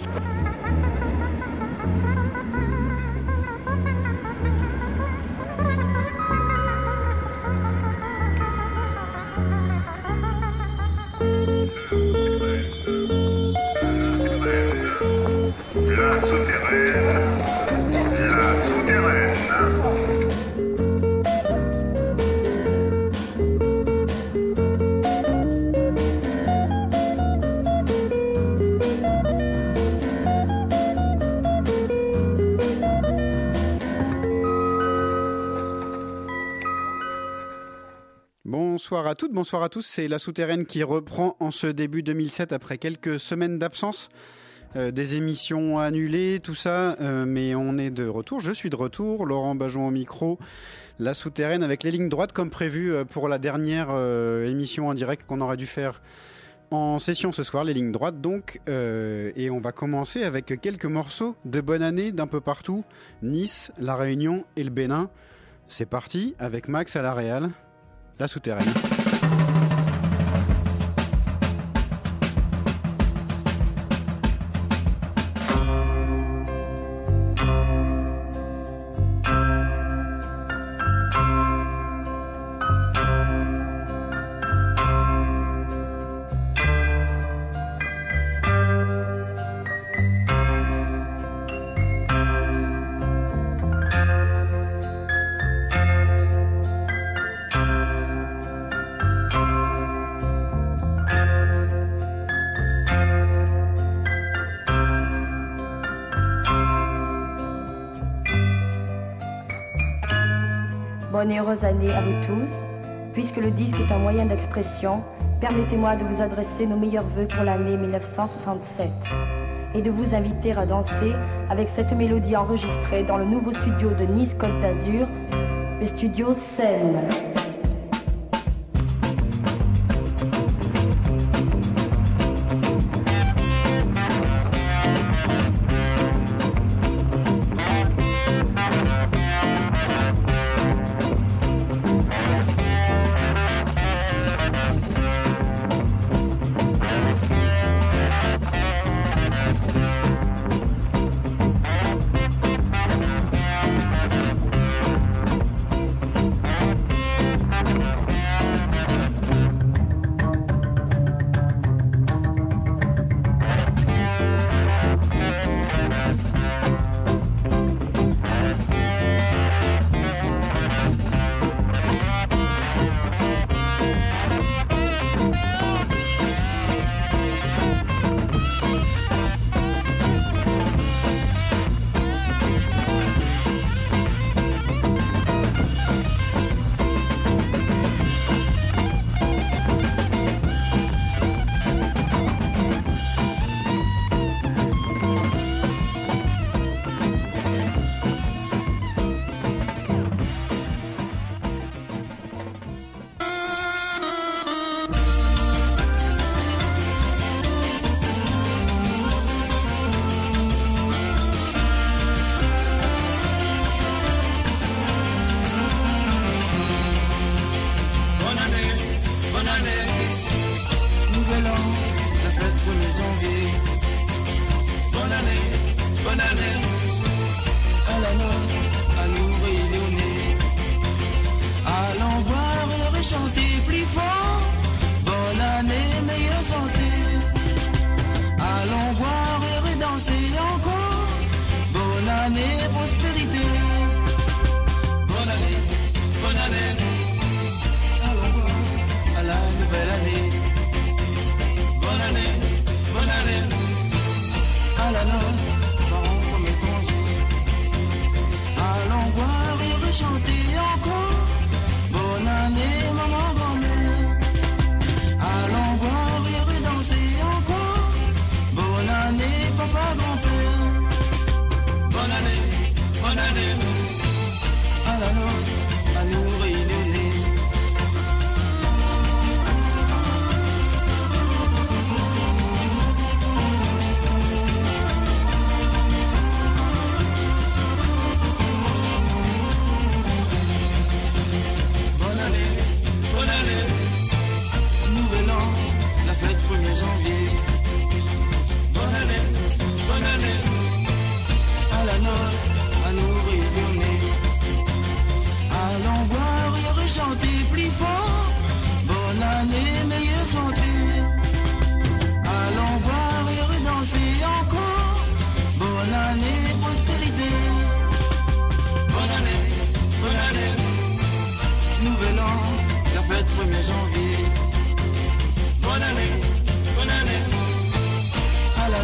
Bonsoir à toutes, bonsoir à tous, c'est La Souterraine qui reprend en ce début 2007 après quelques semaines d'absence, des émissions annulées, tout ça, mais on est de retour, je suis de retour, Laurent Bajon au micro, La Souterraine avec les lignes droites comme prévu pour la dernière émission en direct qu'on aurait dû faire en session ce soir, les lignes droites donc, et on va commencer avec quelques morceaux de bonne année d'un peu partout, Nice, La Réunion et le Bénin. C'est parti avec Max à la Réal. La Souterraine. Bonne et heureuse année à vous tous. Puisque le disque est un moyen d'expression, permettez-moi de vous adresser nos meilleurs vœux pour l'année 1967 et de vous inviter à danser avec cette mélodie enregistrée dans le nouveau studio de Nice Côte d'Azur, le studio Scène.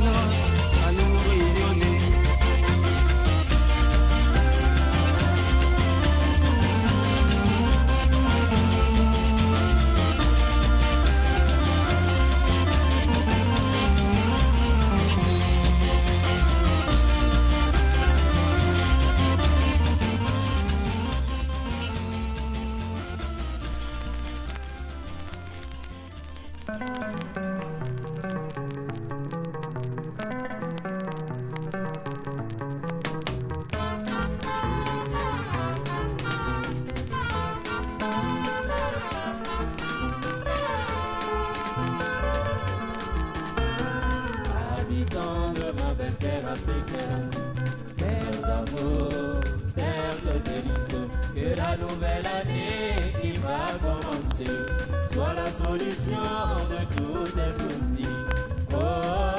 à nous réunionner. Habitants de ma belle terre africaine, terre d'amour, terre de délices, que la nouvelle année qui va commencer soit la solution de tous tes soucis. Oh, oh,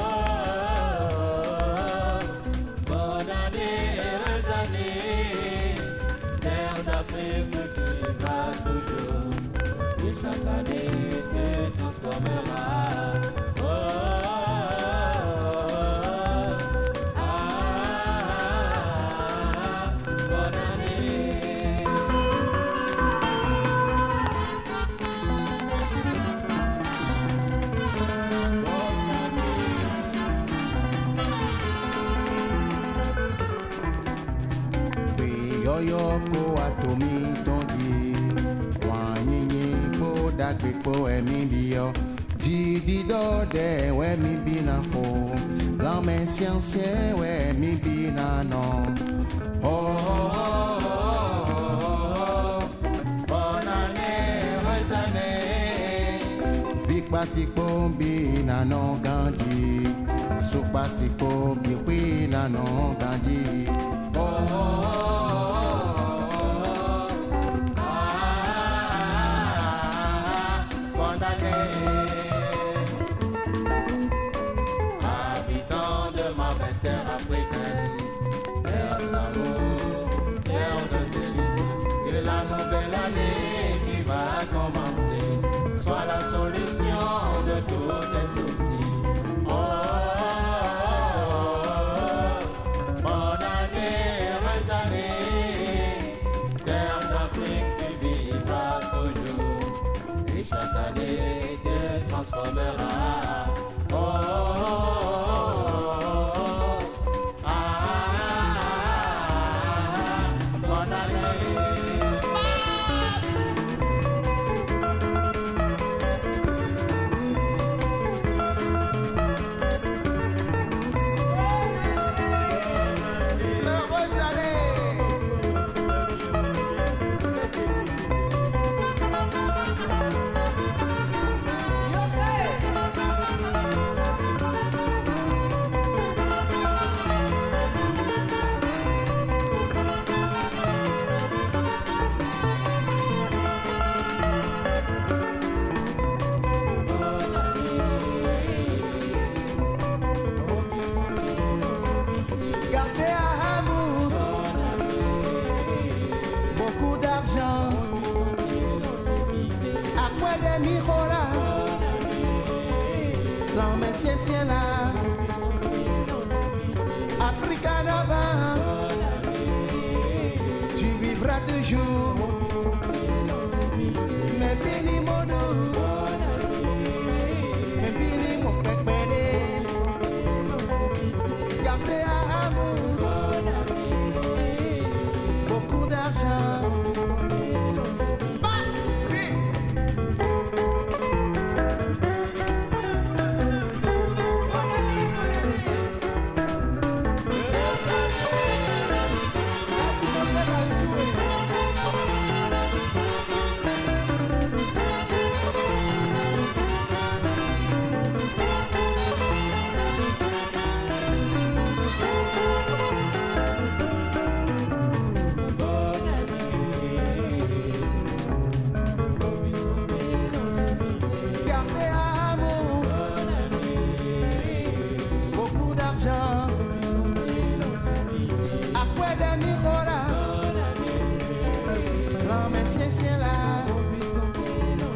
oh, bonne année, heureuse année, terre d'Afrique qui vivra toujours, et chaque année te transformera. Oh, Yo ko atomi tondi wanyi ko dagbe ko emi bio didi do de we mi bina fo la men science we mi bina no oh, oh, oh, oh. Bonne année heureuse année big basiko bina no gandi so basiko bi na no gandi oh, oh, oh. Habitants de ma belle terre africaine, terre d'amour, terre de délices, que la nouvelle année qui va commencer soit la solution de tous tes soucis. Oh, oh, oh, bonne année, heureuse année, terre d'Afrique qui vivra toujours, et chaque année te transformera. Oh, oh, oh, oh, ah, bonne année. Heureuse année. Gardez à Hamouz beaucoup d'argent. Après des miroirs, l'homme c'est là. Africa Nova, tu vivras toujours. Mais béni mon dos, mais béni mon pépé. Gardez à Hamouz beaucoup d'argent.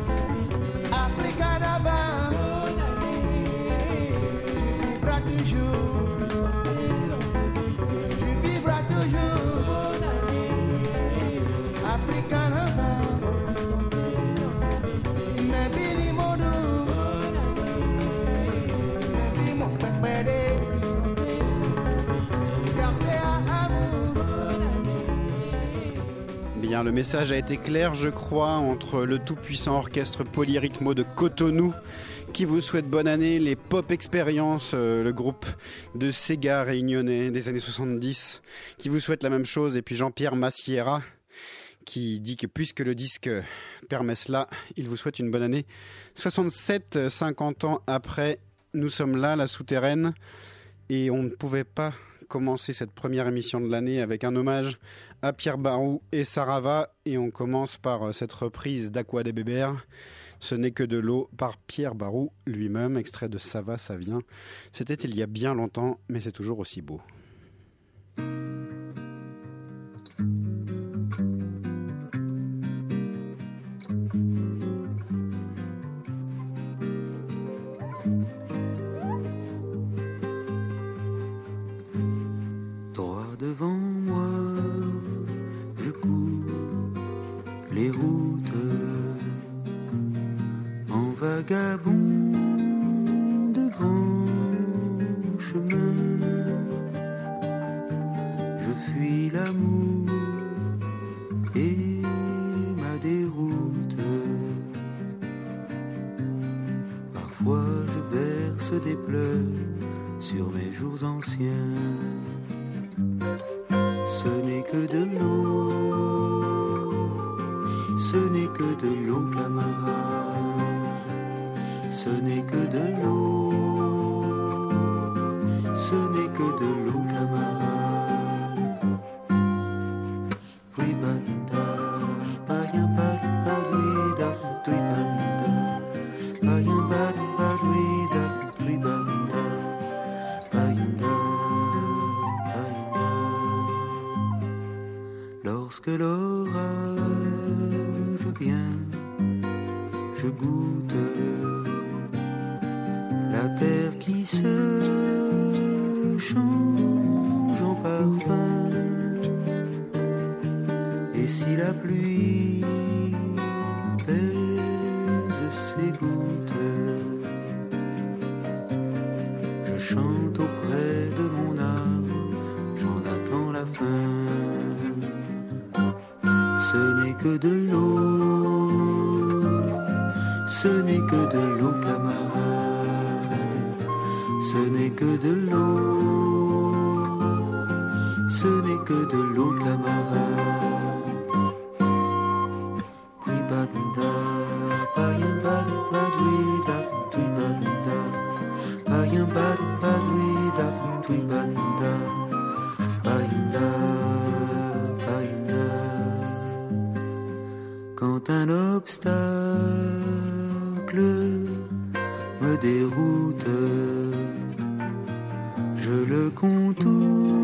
Africa Nova, tu vivras toujours. Tu vivras toujours. Africanana. Mais Billy Modou. Mais Billy mon pépéré. Gardez à amour. Bien, le message a été clair, je crois, entre le tout-puissant orchestre Polyrythmo de Cotonou qui vous souhaite bonne année, les Pop Experience, le groupe de Sega réunionnais des années 70, qui vous souhaite la même chose, et puis Jean-Pierre Massiera qui dit que puisque le disque permet cela, il vous souhaite une bonne année. 67, 50 ans après, nous sommes là, la Souterraine, et on ne pouvait pas commencer cette première émission de l'année avec un hommage à Pierre Barou et Sarava, et on commence par cette reprise d'Aqua des Bébères. Ce n'est que de l'eau par Pierre Barou lui-même, extrait de Ça va, ça vient. C'était il y a bien longtemps, mais c'est toujours aussi beau. Droit devant moi, je cours les routes en vagabond devant chemin. Je fuis l'amour et ma déroute. Parfois je verse des pleurs sur mes jours anciens. Ce n'est que de l'eau, ce n'est que de l'eau, camarade. Ce n'est que de l'eau, ce n'est que de l'eau, camarade. Oui, banda, païen, paduida, oui, banda, païen, paduida, oui, banda, païenda, païenda. Lorsque l'orage vient, je goûte la terre qui se change en parfum. Et si la pluie pèse ses gouttes, je chante auprès de mon arbre, j'en attends la fin. Ce n'est que de l'eau, ce n'est que de l'eau, camarade. Ce n'est que de l'eau, ce n'est que de l'eau, camarade. Oui, banda, païen, paduida, oui, banda, païen, paduida, oui, banda, païenda, païenda. Quand un obstacle me déroute, je le contourne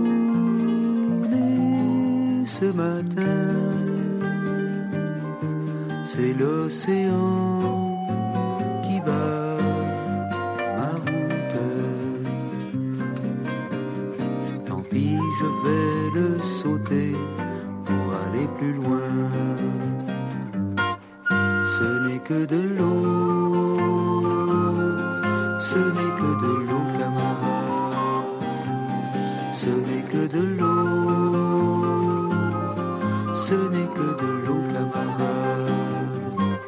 et ce matin, c'est l'océan qui bat ma route. Tant pis, je vais le sauter pour aller plus loin. Ce n'est que de l'eau, ce n'est que de l'eau, camarade. Ce n'est que de l'eau, ce n'est que de l'eau, camarade.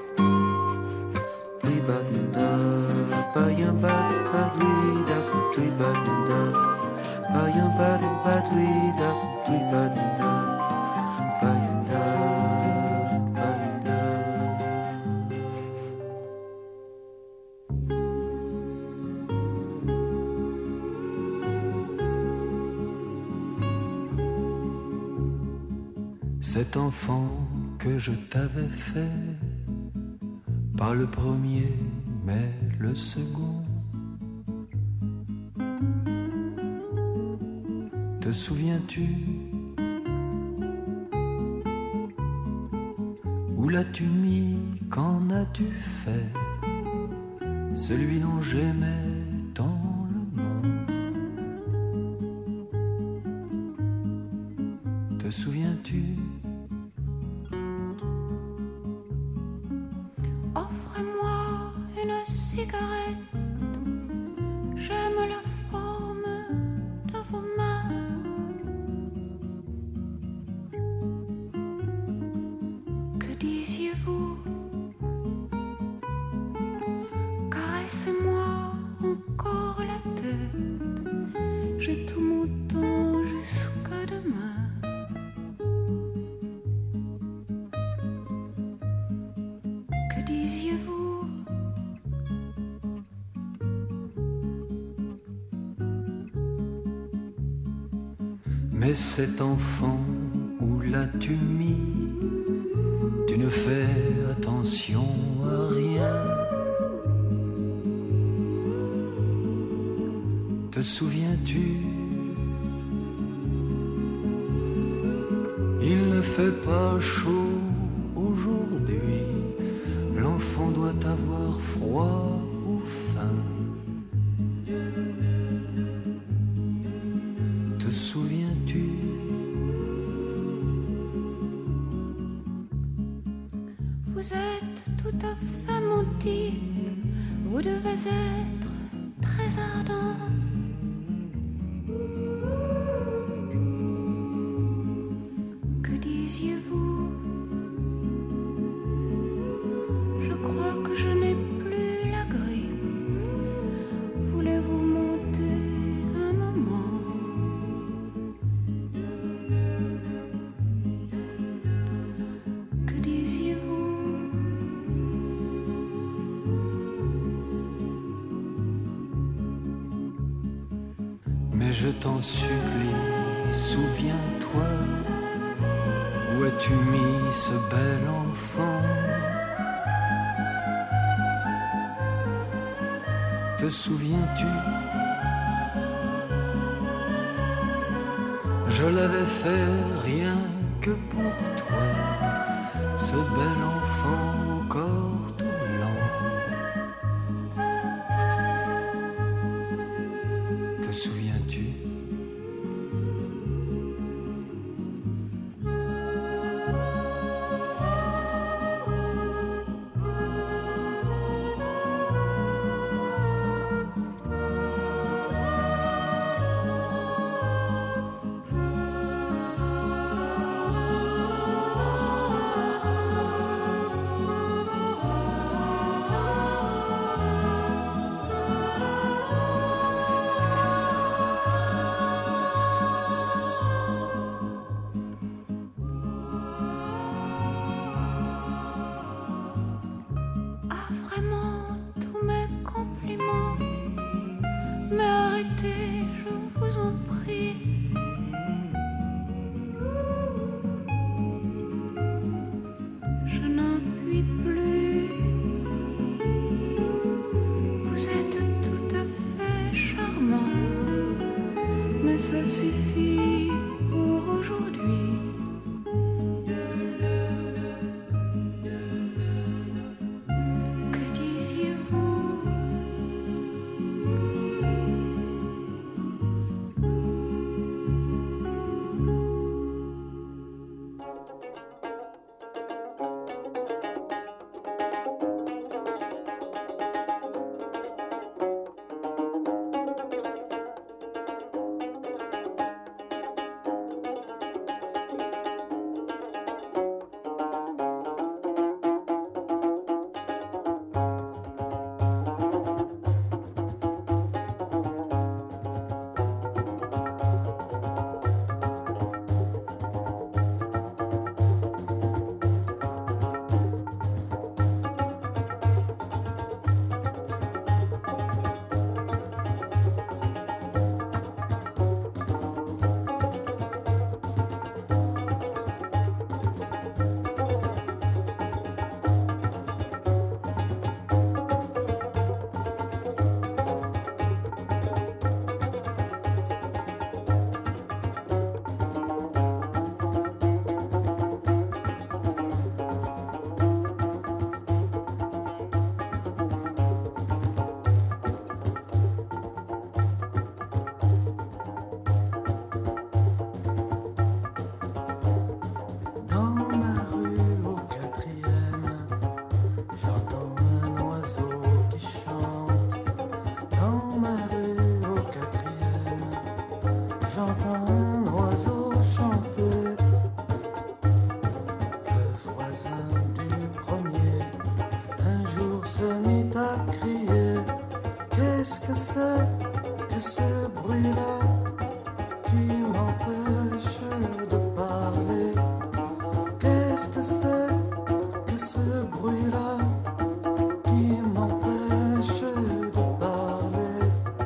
Oui, banda, païen, paduida, oui, banda, païen, paduida, oui, banda, païenda, païenda. Cet enfant que je t'avais fait, pas le premier, mais le second. Te souviens-tu? Où l'as-tu mis? Qu'en as-tu fait? Celui dont j'aimais tant le nom. Te souviens-tu? Offrez-moi une cigarette. J'aime la forme de vos mains. Que disiez-vous? Caressez-moi encore la tête. J'ai tout mon temps jusqu'à demain. Que disiez-vous? Mais cet enfant, où l'as-tu mis? Tu ne fais attention à rien. Te souviens-tu? Il ne fait pas chaud aujourd'hui. L'enfant doit avoir froid ou faim. Te souviens-tu? Vous êtes tout à fait mon type. Vous devez être très ardent. Que disiez-vous? Je crois que je n'ai plus la grippe. Voulez-vous monter un moment? Que disiez-vous? Mais je t'en supplie, souviens-toi. Où as-tu mis ce bel enfant? Te souviens-tu? Je l'avais fait rien que pour toi, ce bel enfant au corps tout lent. Te souviens-tu? Ah, vraiment, tous mes compliments. Mais arrêtez, je vous en prie. Je n'en puis plus. Vous êtes tout à fait charmant. Mais ça suffit pour aujourd'hui. Que disiez-vous? j'entends un oiseau chanter. Le voisin du premier, un jour se mit à crier. Qu'est-ce que c'est que ce bruit-là qui m'empêche de parler? Qu'est-ce que c'est que ce bruit-là qui m'empêche de parler?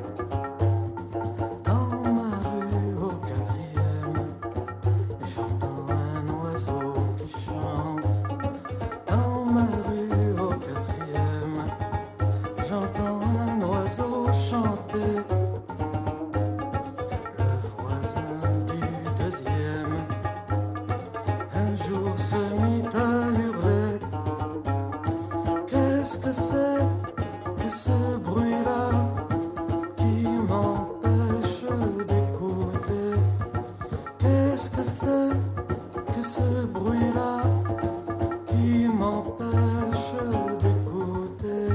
Dans ma rue au 4e, j'entends un oiseau qui chante. Dans ma rue au 4e, j'entends un oiseau chanter. Le voisin du 2e, un jour se mit à hurler. Qu'est-ce que c'est que ce bruit-là qui m'empêche d'écouter? Qu'est-ce que c'est que ce bruit-là qui m'empêche d'écouter?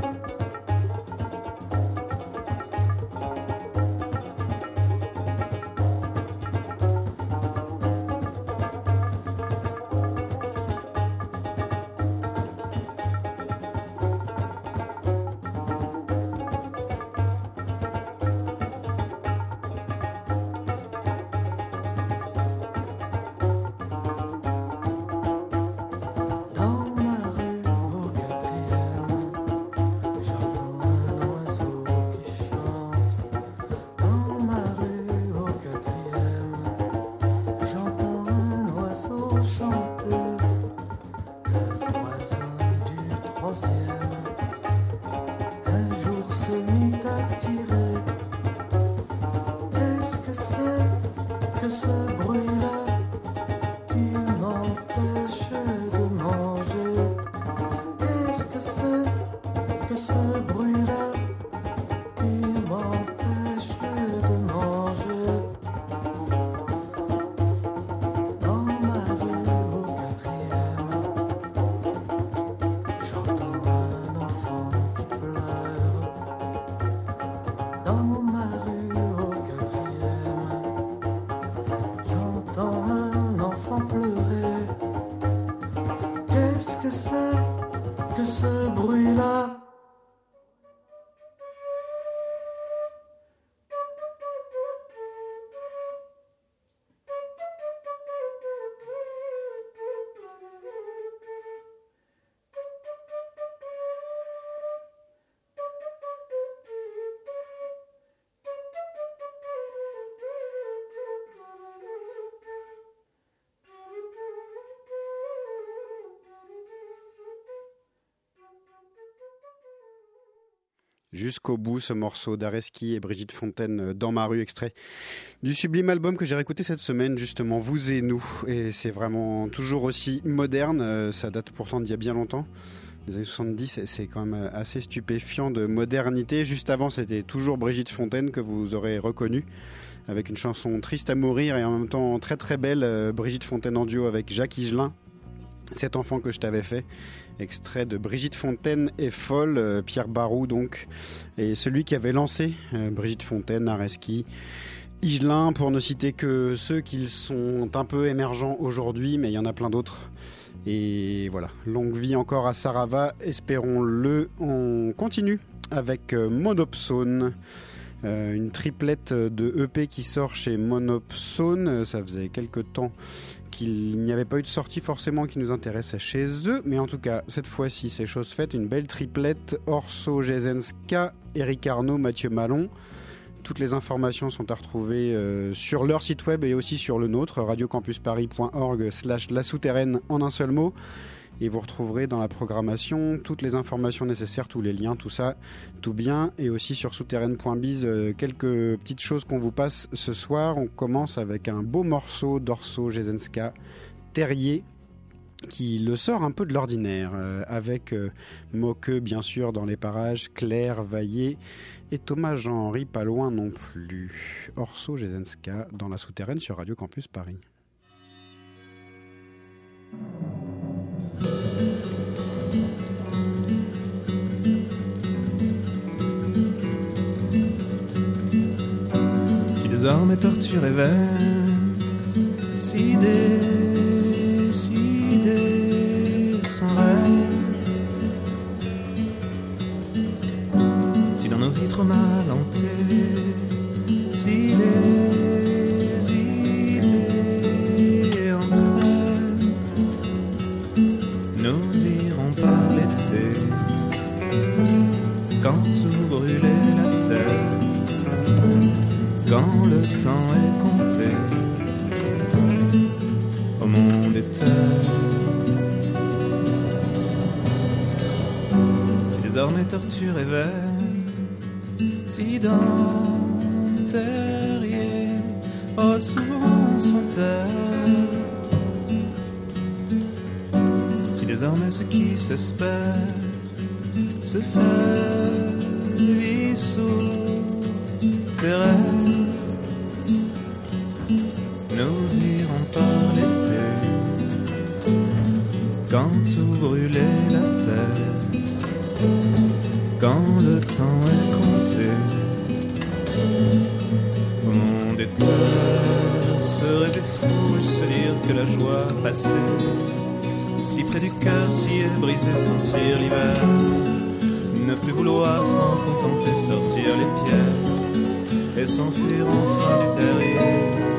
Dans ma rue au 4e, j'entends un oiseau qui chante. Dans ma rue au 4e, j'entends un oiseau chanter. Le voisin du 3e, un jour se mit à tirer. Qu'est-ce que c'est que ce bruit-là qui m'empêche de manger? Qu'est-ce que c'est que ce bruit-là qui m'empêche de manger? Dans ma rue au 4e, j'entends un enfant qui pleure. Dans ma rue au 4e, j'entends un enfant pleurer. Qu'est-ce que c'est que ce bruit-là? Jusqu'au bout, ce morceau d'Areski et Brigitte Fontaine, Dans ma rue, extrait du sublime album que j'ai réécouté cette semaine, justement, Vous et nous. Et c'est vraiment toujours aussi moderne. Ça date pourtant d'il y a bien longtemps. Les années 70, c'est quand même assez stupéfiant de modernité. Juste avant, c'était toujours Brigitte Fontaine que vous aurez reconnue, avec une chanson triste à mourir et en même temps très très belle, Brigitte Fontaine en duo avec Jacques Higelin. Cet enfant que je t'avais fait, extrait de Brigitte Fontaine est folle, Pierre Barou donc, et celui qui avait lancé Brigitte Fontaine, Areski, Higelin, pour ne citer que ceux qui sont un peu émergents aujourd'hui, mais il y en a plein d'autres. Et voilà, longue vie encore à Sarava, espérons-le. On continue avec Monopsone, une triplette de EP qui sort chez Monopsone. Ça faisait quelques temps qu'il n'y avait pas eu de sortie forcément qui nous intéressait chez eux, mais en tout cas cette fois-ci c'est chose faite, une belle triplette, Orso Jesenska, Eric Arnaud, Mathieu Malon. Toutes les informations sont à retrouver sur leur site web et aussi sur le nôtre, radiocampusparis.org/la souterraine en un seul mot. Et vous retrouverez dans la programmation toutes les informations nécessaires, tous les liens, tout ça, tout bien. Et aussi sur souterraine.biz, quelques petites choses qu'on vous passe ce soir. On commence avec un beau morceau d'Orso Jesenska, Terrier, qui le sort un peu de l'ordinaire, avec Moqueux bien sûr dans les parages, Claire Vaillé et Thomas Jean-Henri pas loin non plus. Orso Jesenska dans la souterraine sur Radio Campus Paris. Si les les armes et tortures et vaines, si décidées sans rêve, si dans nos vies trop mal hantées, si les idées en crèvent, nous irons par l'été, quand tout brûlait la terre, quand le temps est compté, au monde éternel. Si désormais torture et vaine, si dans terrier, oh souvent sans terre, si désormais ce qui s'espère se fait vivre sous tes rêves, nous irons par l'été, quand tout brûlait la terre, quand le temps est compté, au monde éternel, se rêver fou et se dire que la joie passée, si près du cœur, si est brisé, sentir l'hiver, ne plus vouloir s'en contenter, sortir les pierres et s'enfuir enfin du terrier.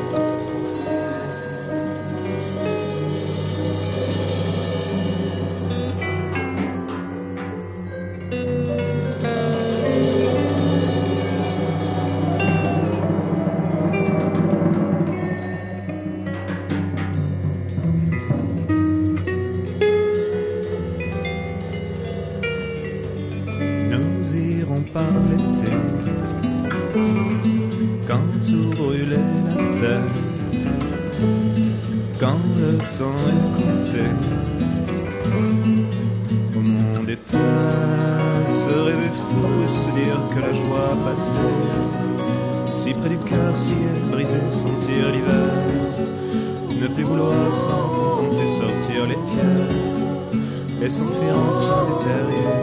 Et s'enfuir enfin du terrier.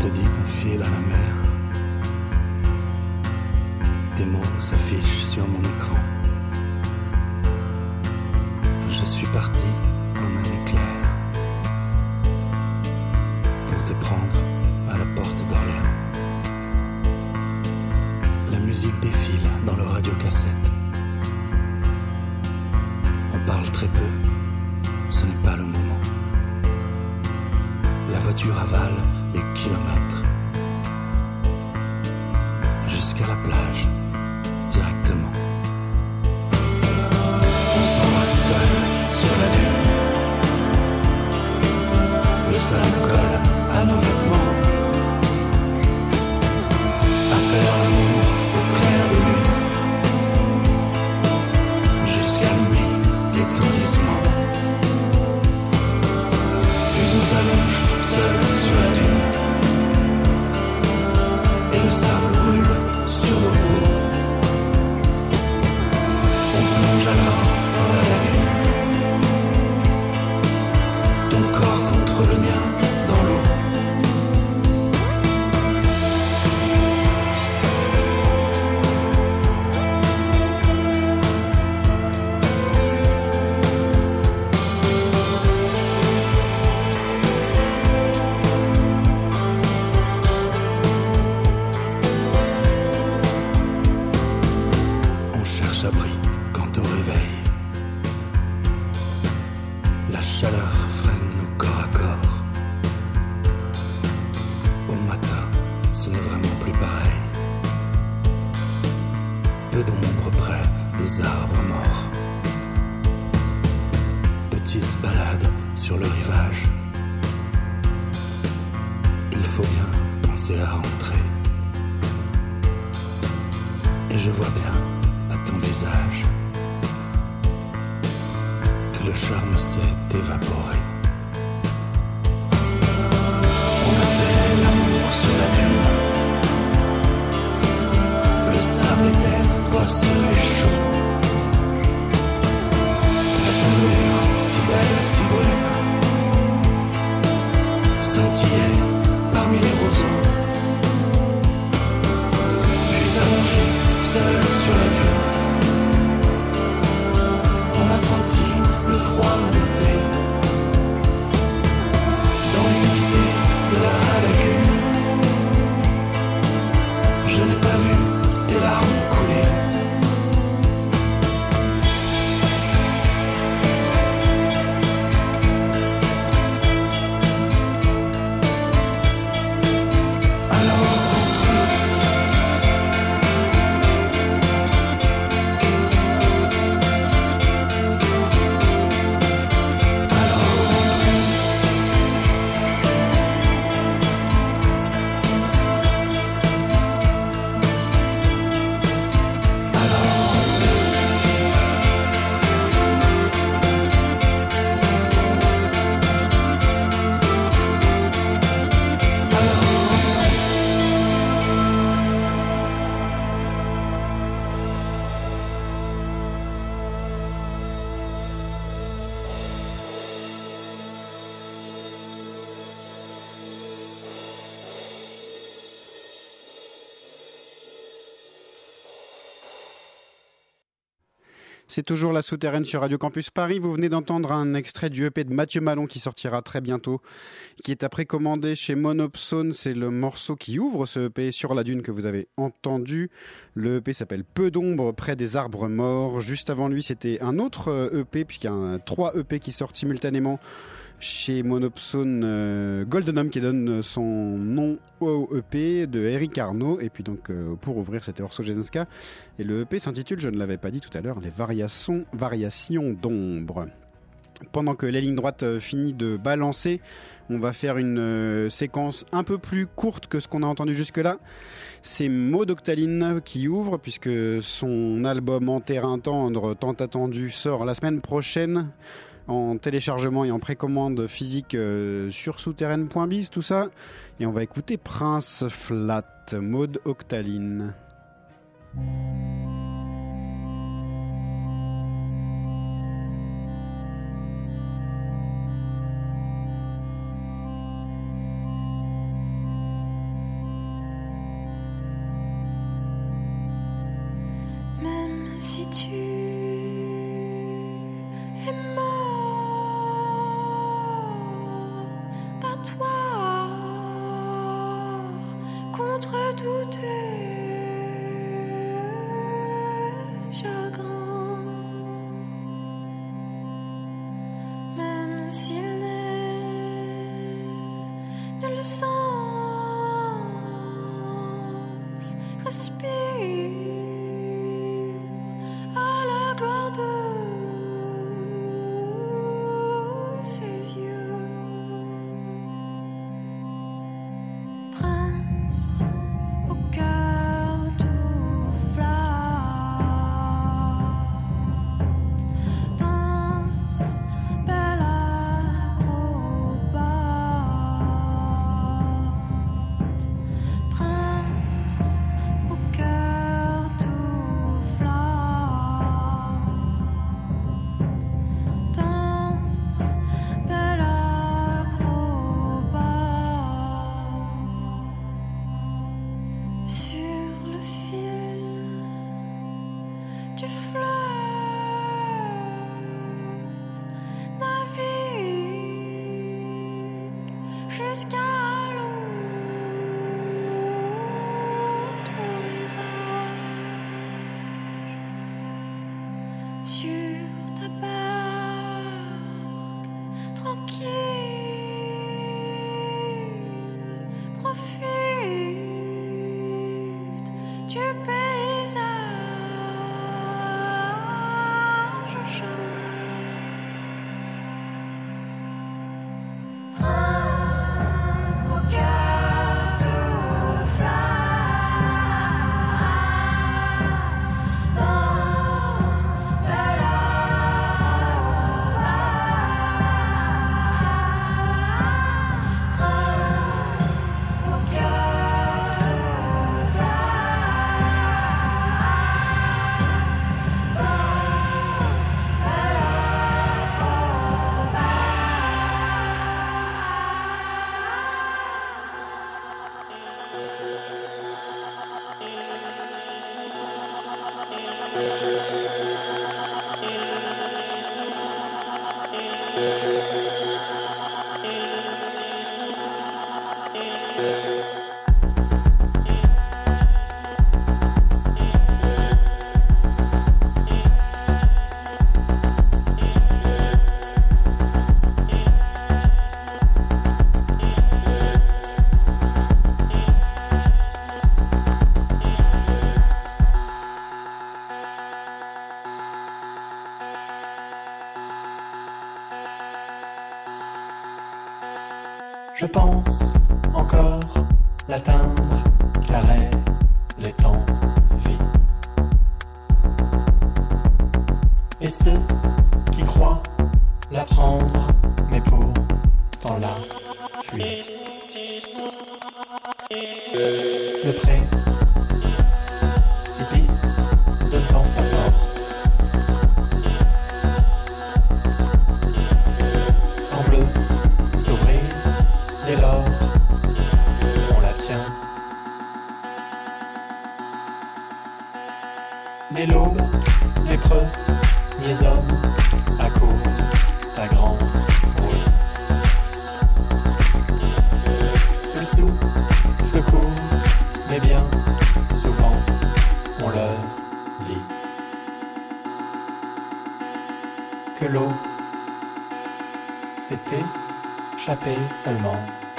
te dit qu'on file à la mer. Tes mots s'affichent sur mon écran. Je suis parti en un éclair pour te prendre à la porte d'Orléans. La musique défile dans le radiocassette. On parle très peu, ce n'est pas le moment. La voiture avale les kilomètres jusqu'à la plage, directement. On s'embrasse seul sur la dune. Le sable colle à nos vêtements. À faire l'amour au clair de lune, jusqu'à l'oubli, l'étourdissement. Puis on s'allonge seul sur la dune, et le sable brûle sur nos peaux. On plonge alors dans la lagune, ton corps contre le mien dans l'eau. Abri quant au réveil. La chaleur freine nos corps à corps. Au matin, ce n'est vraiment plus pareil. Peu d'ombre près des arbres morts. Petite balade sur le rivage. Il faut bien penser à rentrer. Et je vois bien ton visage que le charme s'est évaporé. On a fait l'amour sur la dune. Le sable était poisseux et chaud. Ta chevelure si belle, si brune, scintillait parmi les roseaux. Puis allongé seul sur la dune, on a senti le froid monter dans l'humidité de la lagune. Je n'ai pas vu tes larmes couler. C'est toujours La Souterraine sur Radio Campus Paris. Vous venez d'entendre un extrait du EP de Mathieu Malon qui sortira très bientôt, qui est à précommander chez Monopsone. C'est le morceau qui ouvre ce EP Sur la Dune que vous avez entendu. Le EP s'appelle Peu d'ombre près des arbres morts. Juste avant lui, c'était un autre EP, puisqu'il y a 3 EP qui sortent simultanément chez Monopsone, Golden Homme qui donne son nom au EP de Eric Arnaud, et puis donc pour ouvrir c'était Orso Jesenska, et le EP s'intitule, je ne l'avais pas dit tout à l'heure, Les variations d'ombre. Pendant que la ligne droite finit de balancer, on va faire une séquence un peu plus courte que ce qu'on a entendu jusque-là. C'est Maud Octaline qui ouvre, puisque son album En terrain tendre, tant attendu, sort la semaine prochaine en téléchargement et en précommande physique sur souterraine.biz, tout ça. Et on va écouter Prince Flat, Maud Octaline. si tu es mort, bats-toi contre tous tes chagrins, même s'il n'est nul sens, respire à la gloire de ses yeux. Prince au cœur tout flatte, danse, belle acrobate. Prince au cœur tout flatte, danse, belle acrobate. Sur le fil du fleuve, navigue jusqu'à l'autre rivage. Sur ta barque tranquille, profite du paysage charnel. Prince au cœur tout flatte, danse, belle acrobate. Prince au cœur tout flatte, danse, belle Je pense encore l'atteindre, car elle est en vie. Et ceux qui croient la prendre, mais pourtant la fuir. Le précipice devant sa porte semble s'ouvrir. Dès lors, on la tient. Dès l'aube, les premiers hommes accourent à grand bruit. Le souffle court, mais bien souvent, on leur dit que l'eau s'était échappée seulement.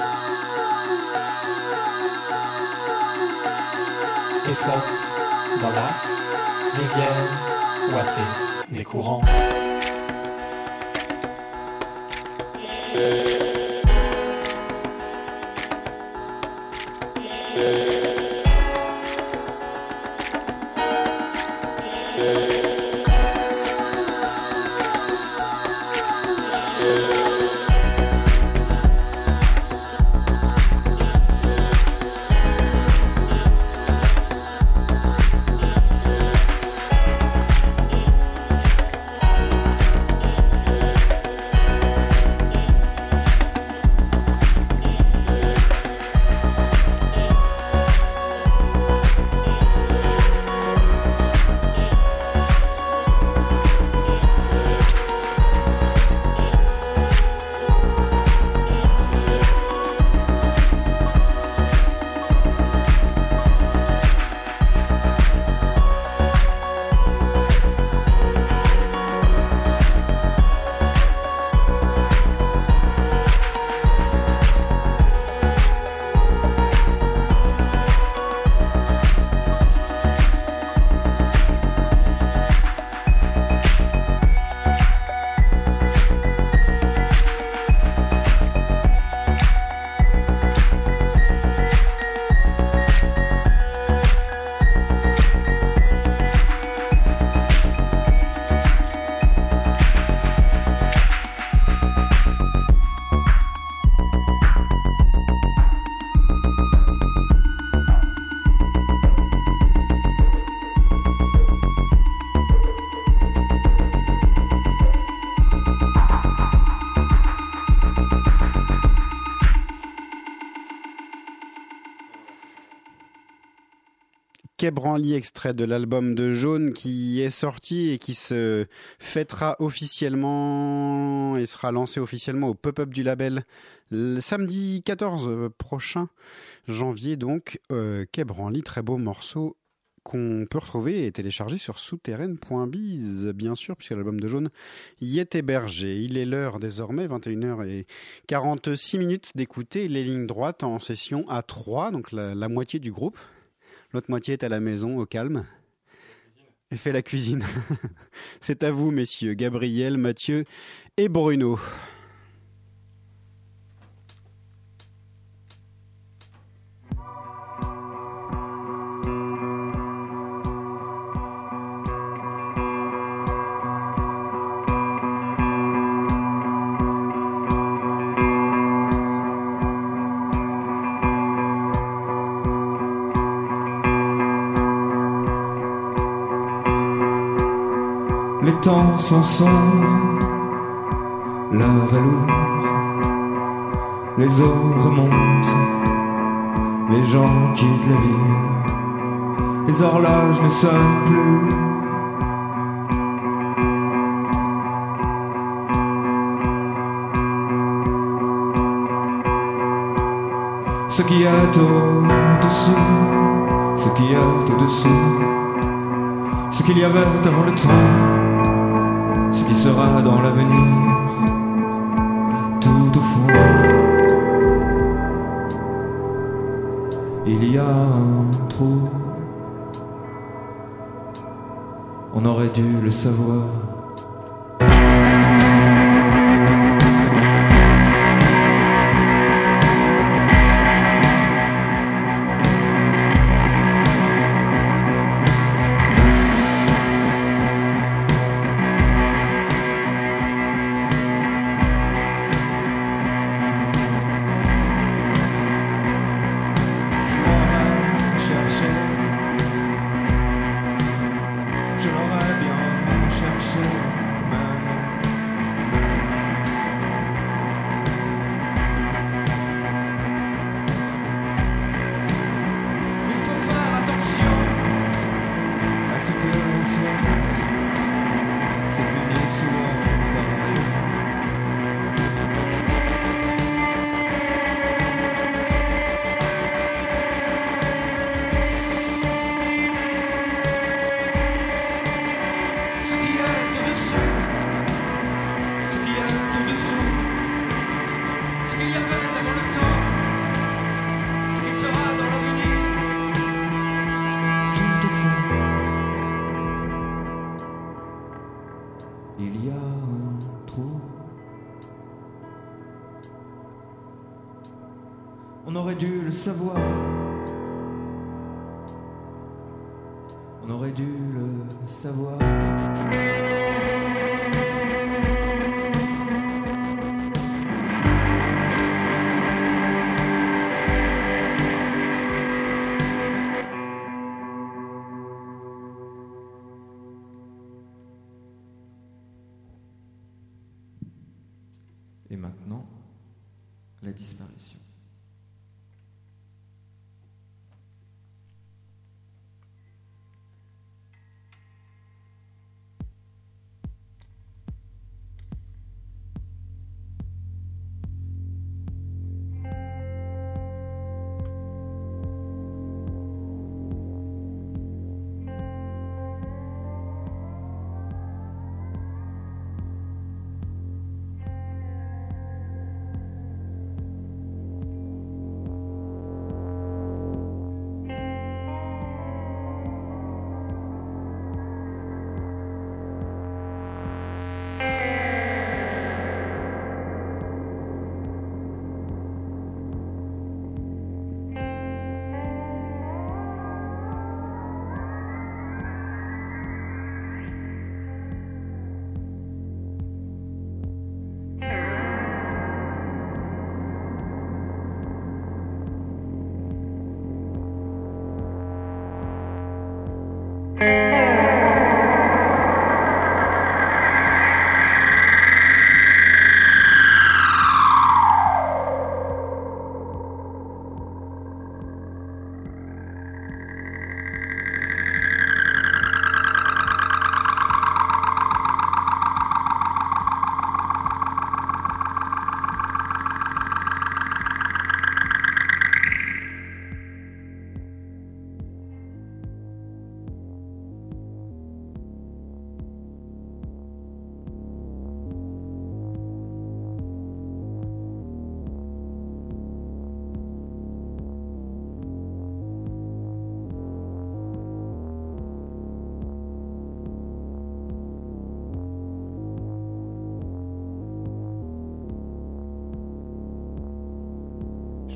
Et flotte dans la rivière ouatée des courants. Quai Branly, extrait de l'album de Jaune qui est sorti et qui se fêtera officiellement et sera lancé officiellement au pop-up du label le samedi 14 prochain janvier. Donc, Quai Branly, très beau morceau qu'on peut retrouver et télécharger sur souterraine.biz, bien sûr, puisque l'album de Jaune y est hébergé. Il est l'heure désormais, 21h46 d'écouter Les Lignes Droites en session à 3, donc la moitié du groupe. L'autre moitié est à la maison, au calme, et fait la cuisine. C'est à vous, messieurs, Gabriel, Mathieu et Bruno. Les temps sont sombres, l'heure est lourde, les eaux remontent, les gens quittent la ville, les horloges ne sonnent plus. Ce qui est au-dessous, ce qui est au-dessous, ce qu'il y avait avant le temps, ce qui sera dans l'avenir, tout au fond. Il y a un trou, on aurait dû le savoir. On aurait dû le savoir. On aurait dû le savoir. Et maintenant, la disparition.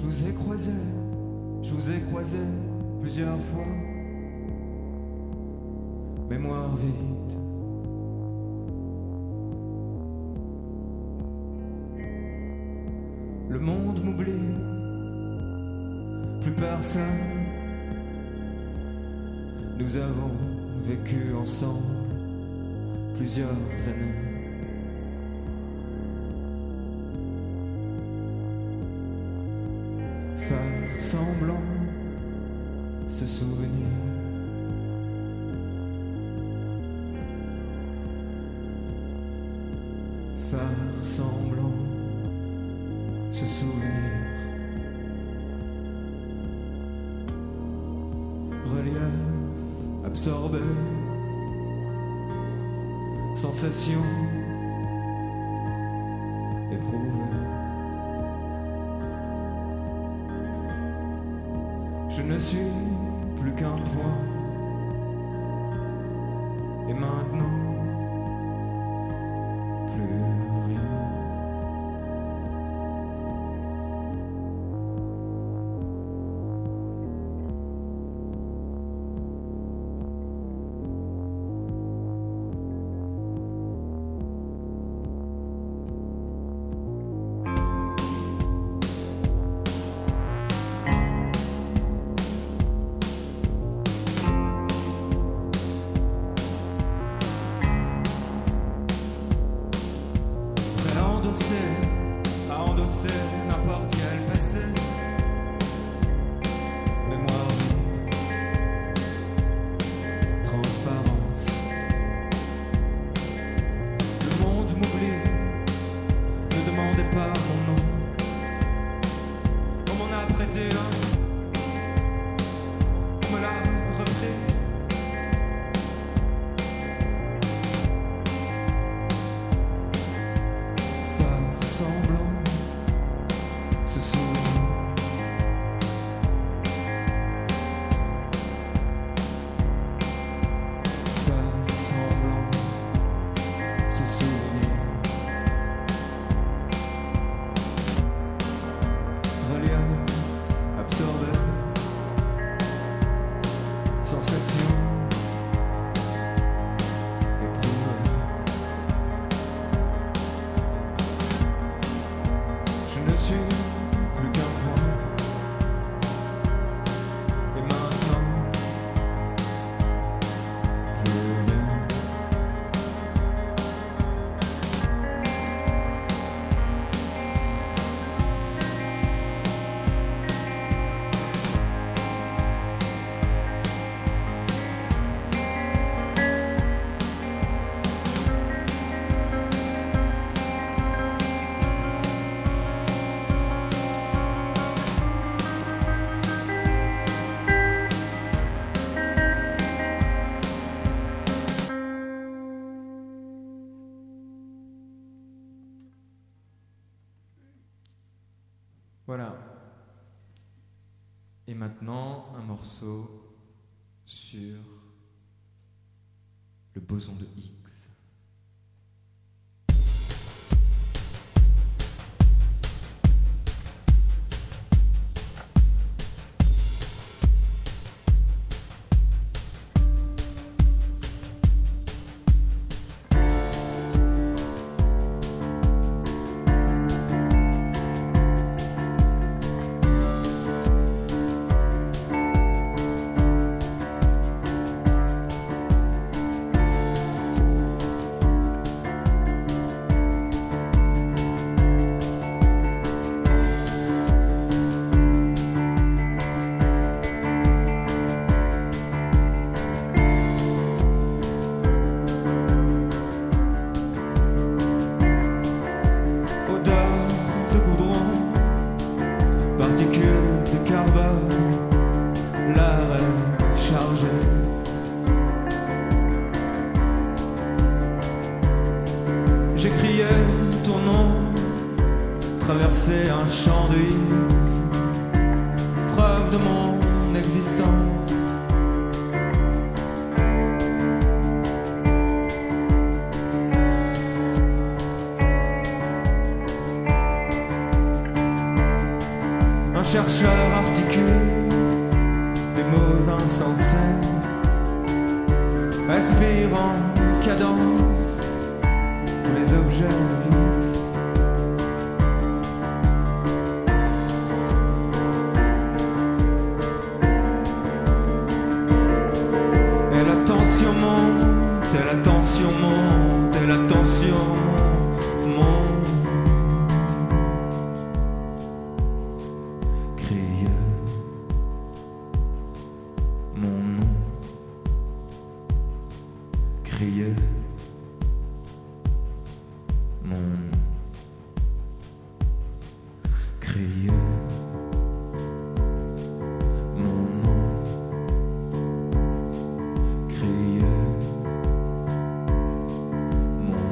Je vous ai croisé plusieurs fois. Mémoire vide. Le monde m'oublie, plus personne. Nous avons vécu ensemble plusieurs années. Faire semblant, se souvenir. Faire semblant, se souvenir. Relief absorbé, sensation éprouvée. Je ne suis plus qu'un point. Et maintenant, plus rien. À endosser n'importe quel passé. Mémoire vide, transparence. Le monde m'oublie, ne demandez pas mon nom. On m'en a prêté un, on me l'a repris. Voilà. Et maintenant, un morceau sur le boson de Higgs. Traverser un champ de Higgs, preuve de mon existence. Un chercheur articule des mots insensés, aspire en cadence tous les objets lisses. Et la tension monte, et la tension monte, et la tension monte. Crie mon nom, criez mon nom, criez mon nom, criez mon nom.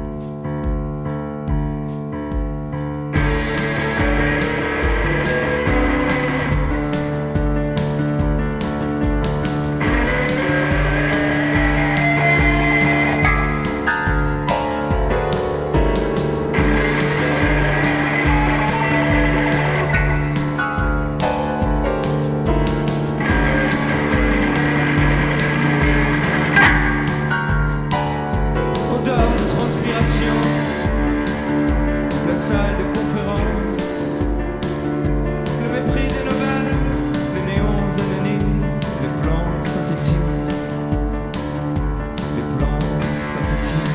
Odeur de transpiration, la salle de conférence, le mépris des nouvelles, les néons anonymes, les plans synthétiques, les plans synthétiques.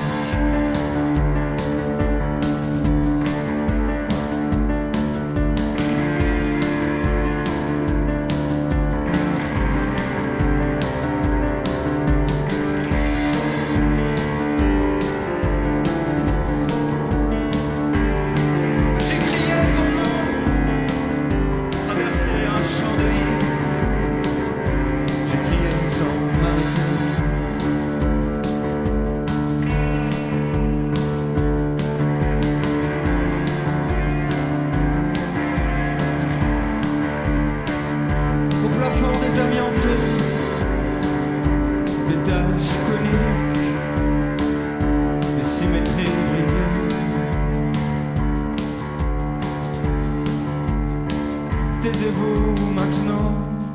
J'ai crié ton nom, traversé un champ de hys. J'ai crié sans m'arrêter. Au plafond désamianté, des taches coniques, des symétries brisées. Taisez-vous maintenant.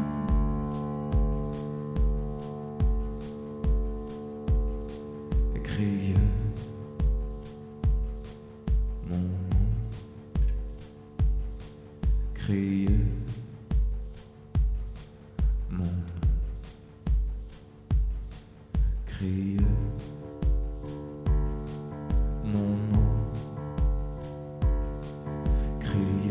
Et criez mon nom. Criez mon nom. Criez mon nom. Criez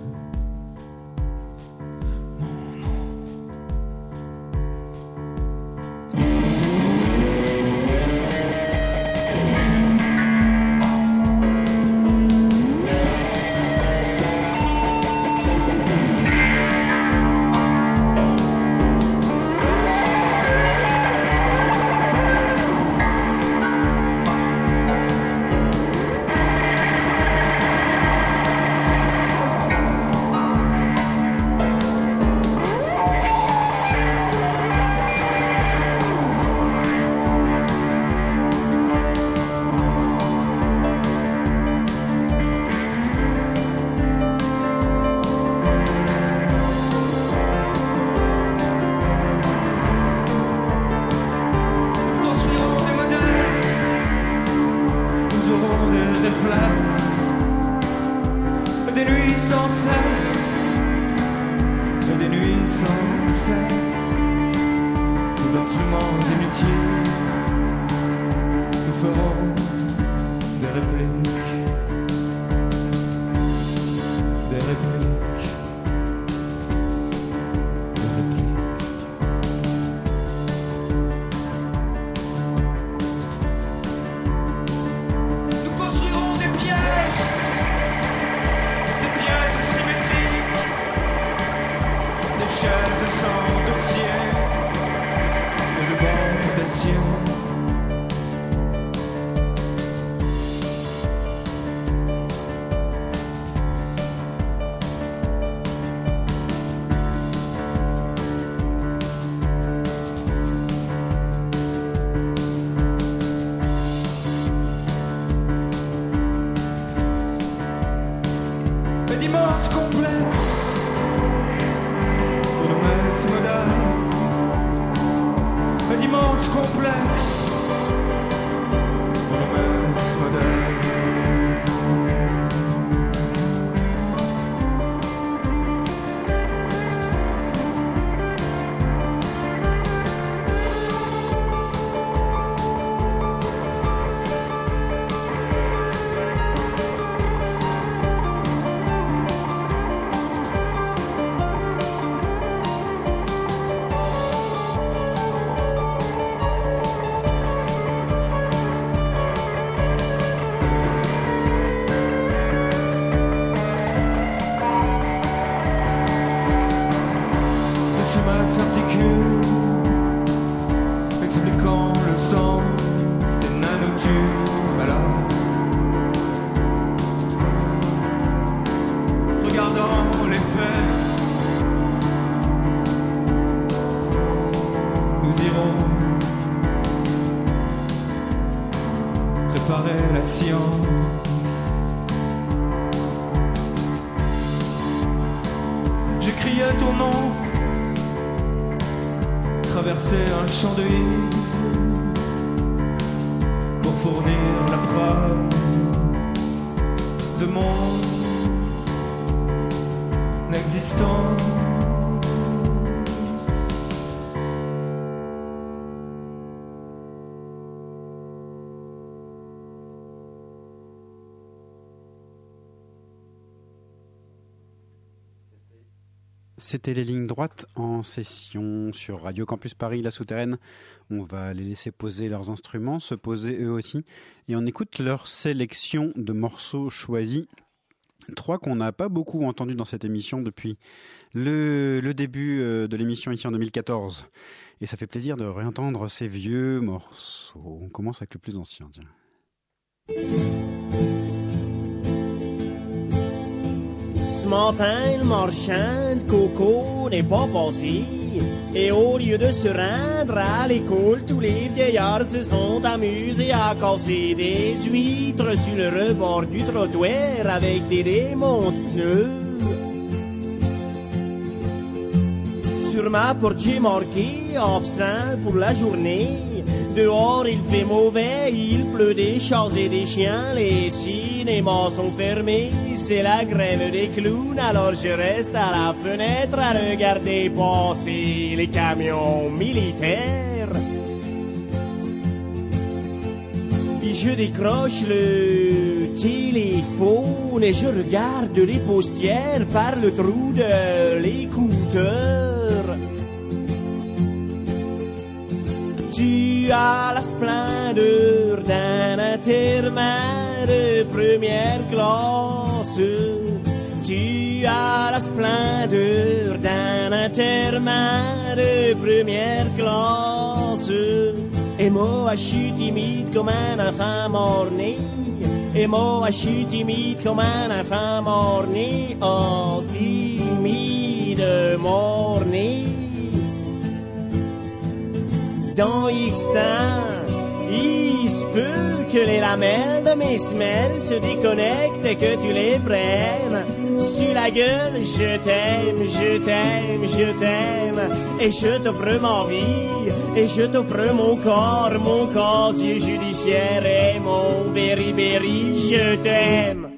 des nuits sans cesse, des nuits sans cesse, des instruments inutiles, nous ferons des répliques, des répliques, des répliques. Nous construirons des pièges symétriques, des chaises sans dossier, des rubans d'acier. D'immenses complexes l'estomac s'articule, expliquant le sens des nanotubes. Alors, regardant les faits, nous irons préparer la science. J'écriais ton nom, traverser un champ de hys pour fournir la preuve de mon existence. C'était les lignes droites en session sur Radio Campus Paris, la souterraine. On va les laisser poser leurs instruments, se poser eux aussi. Et on écoute leur sélection de morceaux choisis. 3 qu'on n'a pas beaucoup entendus dans cette émission depuis le début de l'émission ici en 2014. Et ça fait plaisir de réentendre ces vieux morceaux. On commence avec le plus ancien, tiens. Ce matin, le marchand de coco n'est pas passé. Et au lieu de se rendre à l'école, tous les vieillards se sont amusés à casser des huîtres sur le rebord du trottoir avec des démonte-pneus. Sur ma porte j'ai marqué absent pour la journée. Dehors il fait mauvais, il pleut des chats et des chiens. Les cinémas sont fermés, c'est la grève des clowns. Alors je reste à la fenêtre à regarder passer les camions militaires. Puis je décroche le téléphone et je regarde les postières par le trou de l'écouteur. Tu as la splendeur d'un interment de première classe. Tu as la splendeur d'un interment de première classe. Et moi je suis timide comme un enfant mort-né. Et moi je suis timide comme un enfant mort-né. Oh, timide mort-né. Dans X temps, il se peut que les lamelles de mes semelles se déconnectent et que tu les prennes. Sur la gueule, je t'aime, je t'aime, je t'aime. Et je t'offre ma vie, et je t'offre mon corps, mon casier judiciaire et mon berry-berry, je t'aime.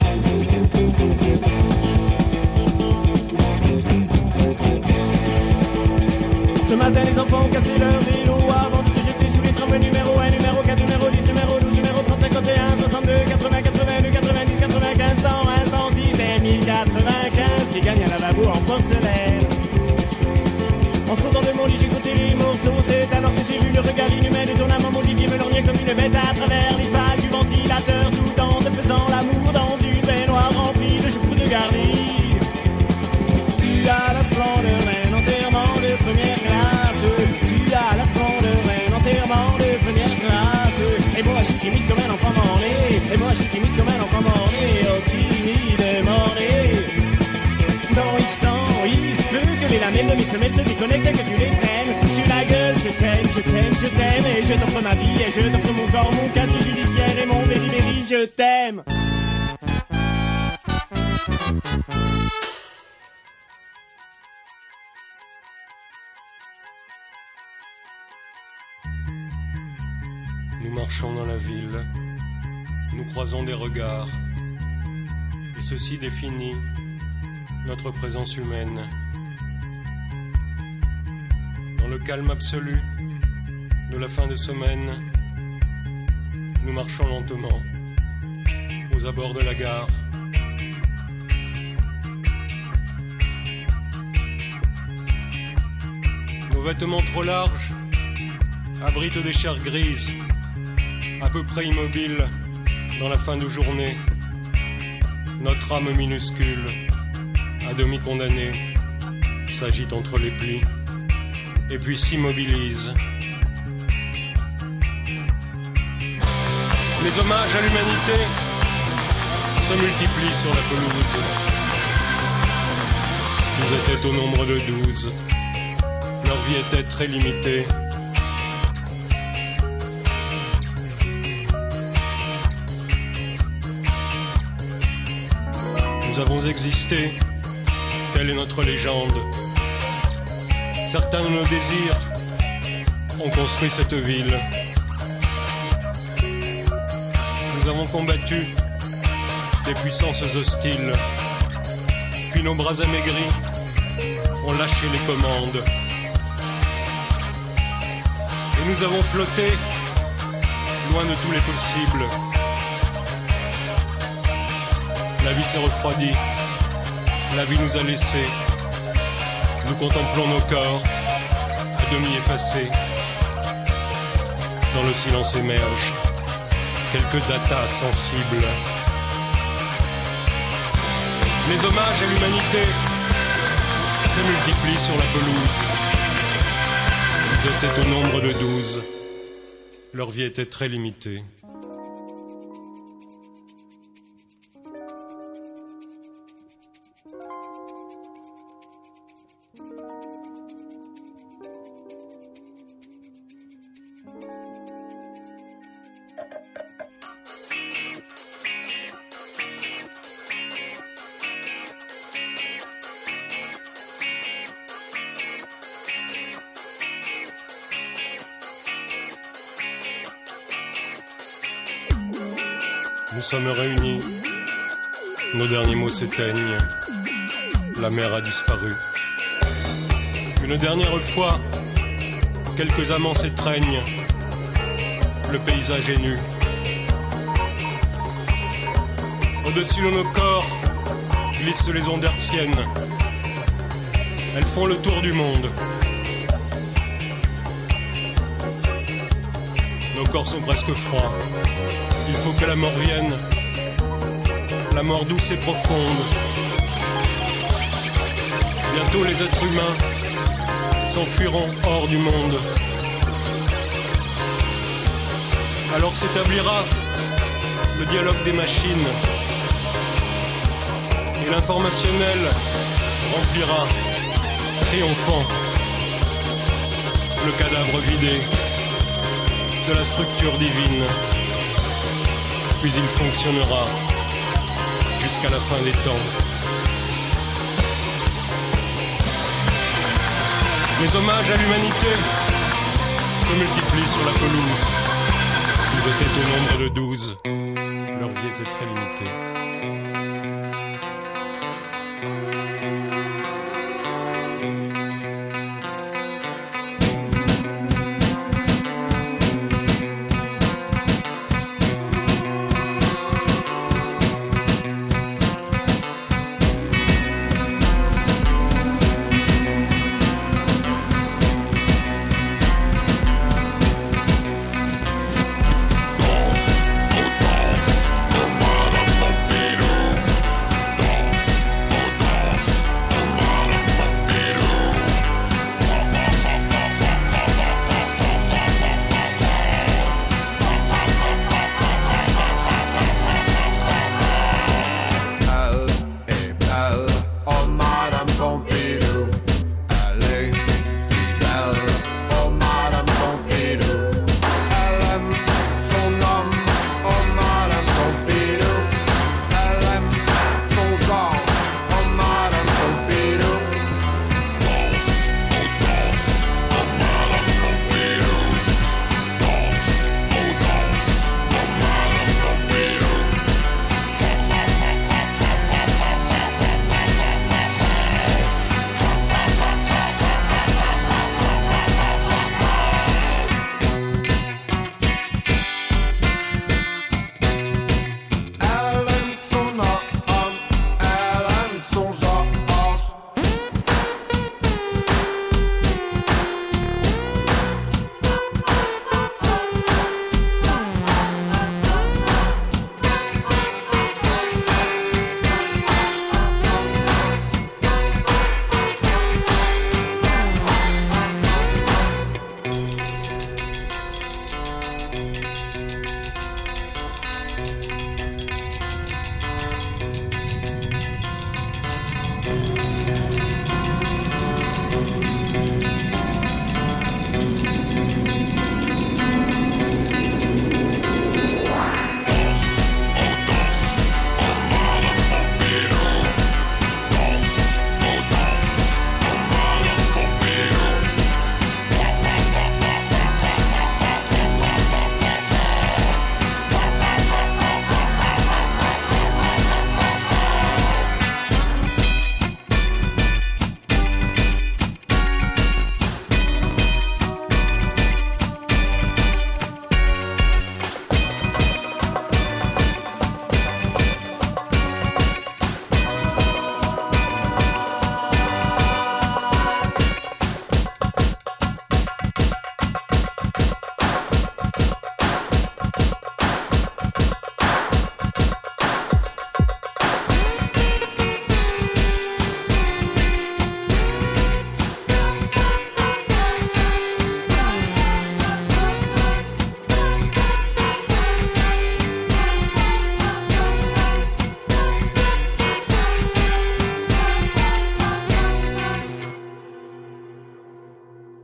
Ce matin, les enfants ont cassé leur vélo avant de se jeter sous les trams numéro 1, numéro 4, numéro 10, numéro 12, numéro 30, 51, 62, 80, 82, 90, 95, 101, 110 et 1095 qui gagnent un lavabo en porcelaine. En sautant de mon lit, j'ai goûté les morceaux. C'est alors que j'ai vu le regard inhumain de ton amant maudit qui me lorgnait comme une bête à travers les pales du ventilateur tout en te faisant l'amour dans une baignoire remplie de choux de garni. Tu as la splendeur d'un enterrement de première classe. Tu as la splendeur d'un enterrement de première classe. Et moi je suis timide comme un enfant mort-né. Et moi je suis timide comme un enfant mort-né. Oh timide mort-né. Dans X temps, il se peut que les lamelles de mes semelles se déconnectent et que tu les prennes. Sur la gueule, je t'aime, je t'aime, je t'aime. Et je t'offre ma vie, et je t'offre mon corps, mon casier judiciaire et mon berry-berry, je t'aime. Nous marchons dans la ville, nous croisons des regards, et ceci définit notre présence humaine. Dans le calme absolu de la fin de semaine, nous marchons lentement aux abords de la gare. Nos vêtements trop larges abritent des chairs grises, à peu près immobiles dans la fin de journée. Notre âme minuscule, à demi condamnée, s'agite entre les plis et puis s'immobilisent. Les hommages à l'humanité se multiplient sur la pelouse. Ils étaient au nombre de 12. Leur vie était très limitée. Nous avons existé, telle est notre légende. Certains de nos désirs ont construit cette ville. Nous avons combattu des puissances hostiles. Puis nos bras amaigris ont lâché les commandes. Et nous avons flotté loin de tous les possibles. La vie s'est refroidie. La vie nous a laissés. Nous contemplons nos corps à demi effacés. Dans le silence émergent quelques datas sensibles. Les hommages à l'humanité se multiplient sur la pelouse. Ils étaient au nombre de 12. Leur vie était très limitée. Nous sommes réunis, nos derniers mots s'éteignent, la mer a disparu. Une dernière fois, quelques amants s'étreignent, le paysage est nu. Au-dessus de nos corps glissent les ondes hertziennes, elles font le tour du monde. Nos corps sont presque froids. Il faut que la mort vienne, la mort douce et profonde. Bientôt les êtres humains s'enfuiront hors du monde. Alors s'établira le dialogue des machines et l'informationnel remplira, triomphant, le cadavre vidé de la structure divine. Puis il fonctionnera jusqu'à la fin des temps. Les hommages à l'humanité se multiplient sur la pelouse. Ils étaient au nombre de 12. Leur vie était très limitée. Danse, danse,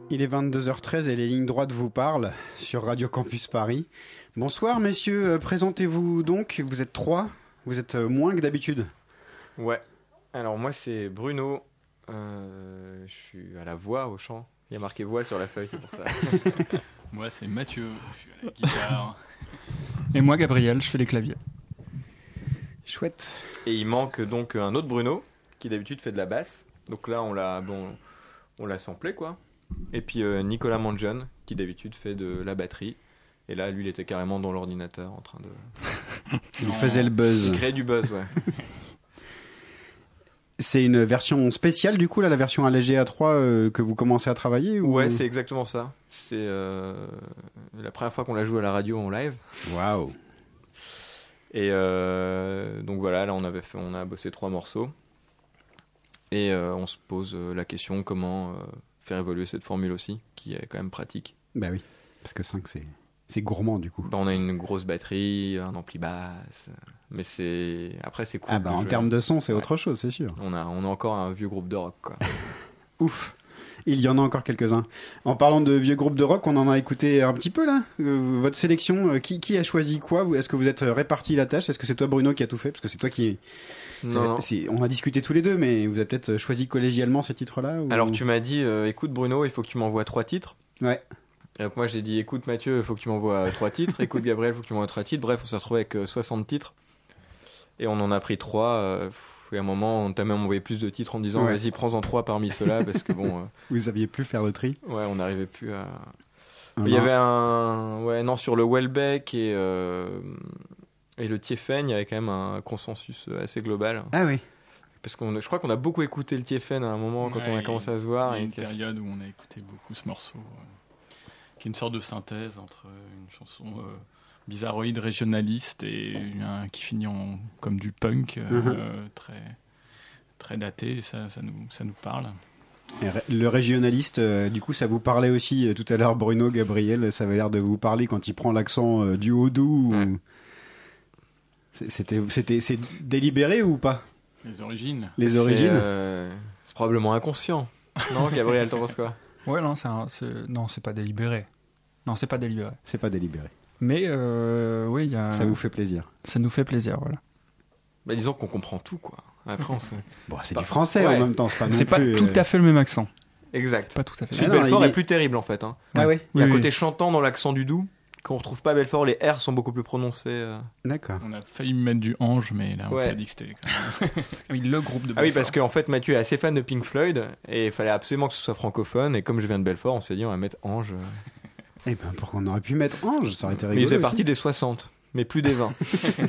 Il est 22h13 et les lignes droites vous parlent sur Radio Campus Paris. Bonsoir messieurs, présentez-vous donc, vous êtes 3, vous êtes moins que d'habitude. Ouais, alors moi c'est Bruno, je suis à la voix, au chant, il y a marqué voix sur la feuille, c'est pour ça. Moi c'est Mathieu, je suis à la guitare. Et moi Gabriel, je fais les claviers. Chouette. Et il manque donc un autre Bruno, qui d'habitude fait de la basse, donc là on l'a samplé quoi. Et puis Nicolas Manjon, qui d'habitude fait de la batterie. Et là, lui, il était carrément dans l'ordinateur en train de... Il faisait le buzz. Il créait du buzz, ouais. C'est une version spéciale, du coup, là, la version allégée A3 que vous commencez à travailler ou... Ouais, c'est exactement ça. C'est la première fois qu'on la joue à la radio en live. Waouh. Et donc voilà, là, on a bossé 3 morceaux. Et on se pose la question comment... faire évoluer cette formule aussi, qui est quand même pratique. Bah oui, parce que 5 c'est gourmand du coup. Bah, on a une grosse batterie, un ampli basse, mais après c'est cool. Ah bah en termes de son c'est autre chose, c'est sûr. On a encore un vieux groupe de rock quoi. Ouf, il y en a encore quelques-uns. En parlant de vieux groupes de rock, on en a écouté un petit peu là. Votre sélection, qui a choisi quoi? Est-ce que vous êtes répartis la tâche? Est-ce que c'est toi Bruno qui a tout fait? Parce que c'est toi qui... Non. On a discuté tous les deux, mais vous avez peut-être choisi collégialement ces titres-là ou... Alors tu m'as dit, écoute Bruno, il faut que tu m'envoies 3 titres. Ouais. Et donc moi j'ai dit, écoute Mathieu, il faut que tu m'envoies 3 titres. Écoute Gabriel, il faut que tu m'envoies 3 titres. Bref, on s'est retrouvé avec 60 titres. Et on en a pris 3. Et à un moment, on t'a même envoyé plus de titres en disant, vas-y, prends-en 3 parmi ceux-là. Parce que bon... Vous saviez plus faire le tri? Ouais, on n'arrivait plus à... Il y avait un... Ouais, non, sur le Welbeck et le Tiefen, il y avait quand même un consensus assez global. Ah oui. Parce que je crois qu'on a beaucoup écouté le Tiefen à un moment quand on a commencé à se voir. Il y a une période où on a écouté beaucoup ce morceau, qui est une sorte de synthèse entre une chanson bizarroïde régionaliste et qui finit comme du punk très, très daté. Et ça nous parle. Et le régionaliste, du coup, ça vous parlait aussi tout à l'heure, Bruno, Gabriel, ça avait l'air de vous parler quand il prend l'accent du Haut-Doubs. Ouais. C'est délibéré ou pas? Les origines. C'est probablement inconscient. Non, Gabriel, t'en penses quoi? Ouais, non, c'est pas délibéré. Non, c'est pas délibéré. C'est pas délibéré. Mais oui, ça vous fait plaisir. Ça nous fait plaisir, voilà. Bah, disons qu'on comprend tout, quoi. Après, bon, c'est du français en même temps, c'est pas non plus... C'est pas tout à fait le même accent. Exact. Pas tout à fait. Celui de Belfort est plus terrible, en fait. Hein. Ah ouais. Il y a un côté chantant dans l'accent du Doubs. Qu'on retrouve pas à Belfort, les R sont beaucoup plus prononcés. D'accord. On a failli mettre du Ange, mais là on s'est dit que c'était oui, le groupe de Belfort. Ah oui, parce qu'en fait Mathieu est assez fan de Pink Floyd et il fallait absolument que ce soit francophone. Et comme je viens de Belfort, on s'est dit on va mettre Ange. Eh ben pourquoi on aurait pu mettre Ange, ça aurait été rigolo. Mais il faisait partie des 60, mais plus des 20.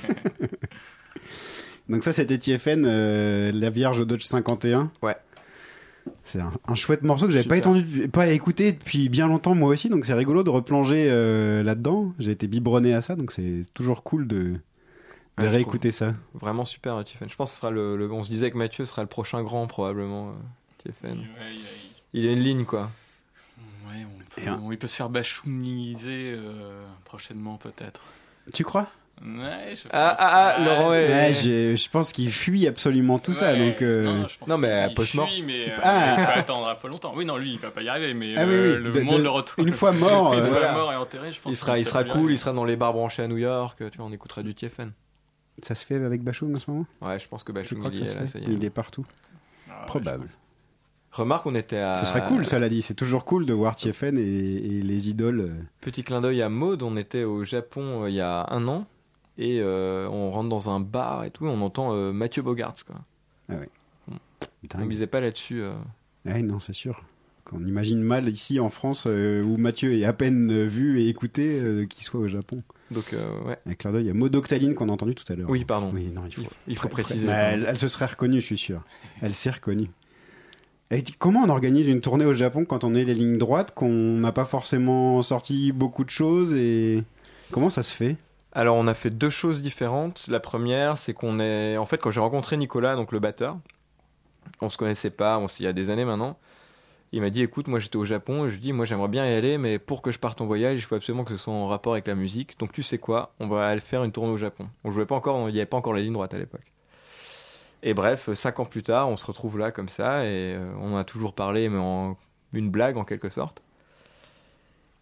Donc ça c'était Tiefen, La Vierge au Dodge 51. Ouais. C'est un chouette morceau que j'avais pas écouté depuis bien longtemps moi aussi, donc c'est rigolo de replonger là-dedans. J'ai été biberonné à ça, donc c'est toujours cool de réécouter ça. Vraiment super Tiefen. Je pense que ce sera on se disait que Mathieu sera le prochain grand probablement Tiefen. Ouais, il a une ligne quoi. Ouais, il peut se faire bachouniser prochainement peut-être. Tu crois? Ouais, Laurent je pense qu'il fuit absolument tout ça donc non mais post-mort mais il faut attendre un peu longtemps. Oui non lui il va pas y arriver mais le monde le retrouve une fois mort mort et enterré je pense il sera cool, il sera dans les bars branchés à New York, tu vois, on écoutera du Tiefen. Ça se fait avec Bachung en ce moment? Ouais, je pense que Bachung il est partout. Probable. Remarque, on était à... Ce serait cool, ça l'a dit. C'est toujours cool de voir Tiefen et les idoles. Petit clin d'œil à Maud, on était au Japon il y a 1 an et on rentre dans un bar et tout, et on entend Mathieu Bogarts quoi. Ah ouais. On misait pas là-dessus. Ouais, non, c'est sûr. On imagine mal ici en France où Mathieu est à peine vu et écouté qu'il soit au Japon. Donc ouais. Un clin d'œil à Maud Octaline qu'on a entendu tout à l'heure. Oui, pardon. Oui, non, il faut préciser. Elle se serait reconnue, je suis sûr. Elle s'est reconnue. Et comment on organise une tournée au Japon quand on est les lignes droites, qu'on n'a pas forcément sorti beaucoup de choses et comment ça se fait? Alors on a fait 2 choses différentes. La première, c'est qu'on est... En fait, quand j'ai rencontré Nicolas, donc le batteur, on se connaissait pas, il y a des années maintenant, il m'a dit écoute, moi j'étais au Japon et je lui dis moi j'aimerais bien y aller, mais pour que je parte en voyage, il faut absolument que ce soit en rapport avec la musique. Donc tu sais quoi, on va aller faire une tournée au Japon. On jouait pas encore, il n'y avait pas encore la ligne droite à l'époque. Et bref, 5 ans plus tard, on se retrouve là comme ça et on en a toujours parlé, mais en une blague en quelque sorte.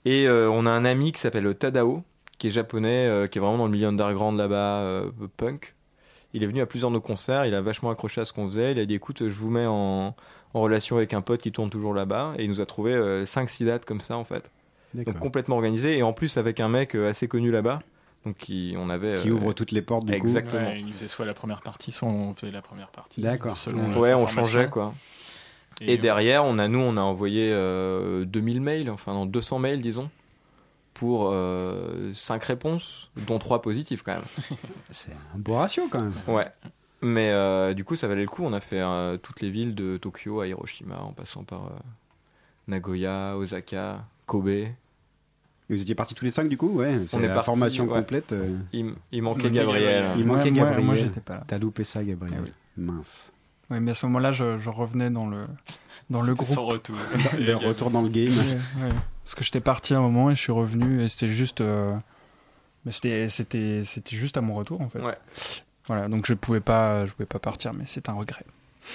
Et on a un ami qui s'appelle Tadao, qui est japonais, qui est vraiment dans le milieu underground là-bas, punk. Il est venu à plusieurs de nos concerts, il a vachement accroché à ce qu'on faisait. Il a dit écoute, je vous mets en relation avec un pote qui tourne toujours là-bas. Et il nous a trouvé 5-6 dates comme ça en fait. D'accord. Donc complètement organisé. Et en plus avec un mec assez connu là-bas. Donc qui ouvre toutes les portes du coup. Exactement. Ouais, il faisait soit la première partie, soit on faisait la première partie. D'accord. Selon ouais, sa on formation. changeait quoi. Et derrière, on a envoyé 2000 mails, enfin non, 200 mails disons, pour 5 réponses, dont 3 positives quand même. C'est un beau ratio quand même. Ouais. Mais du coup, ça valait le coup. On a fait toutes les villes de Tokyo à Hiroshima, en passant par Nagoya, Osaka, Kobe. Et vous étiez partis tous les 5 du coup, ouais. C'est la formation complète. Il manquait Gabriel. Il manquait Gabriel. Moi, j'étais pas là. T'as loupé ça, Gabriel. Oui. Mince. Oui, mais à ce moment-là, je revenais dans le groupe. Son retour. Le retour dans le game. Ouais. Parce que j'étais parti à un moment et je suis revenu et c'était juste. Mais c'était juste à mon retour en fait. Ouais. Voilà, donc je pouvais pas partir, mais c'est un regret.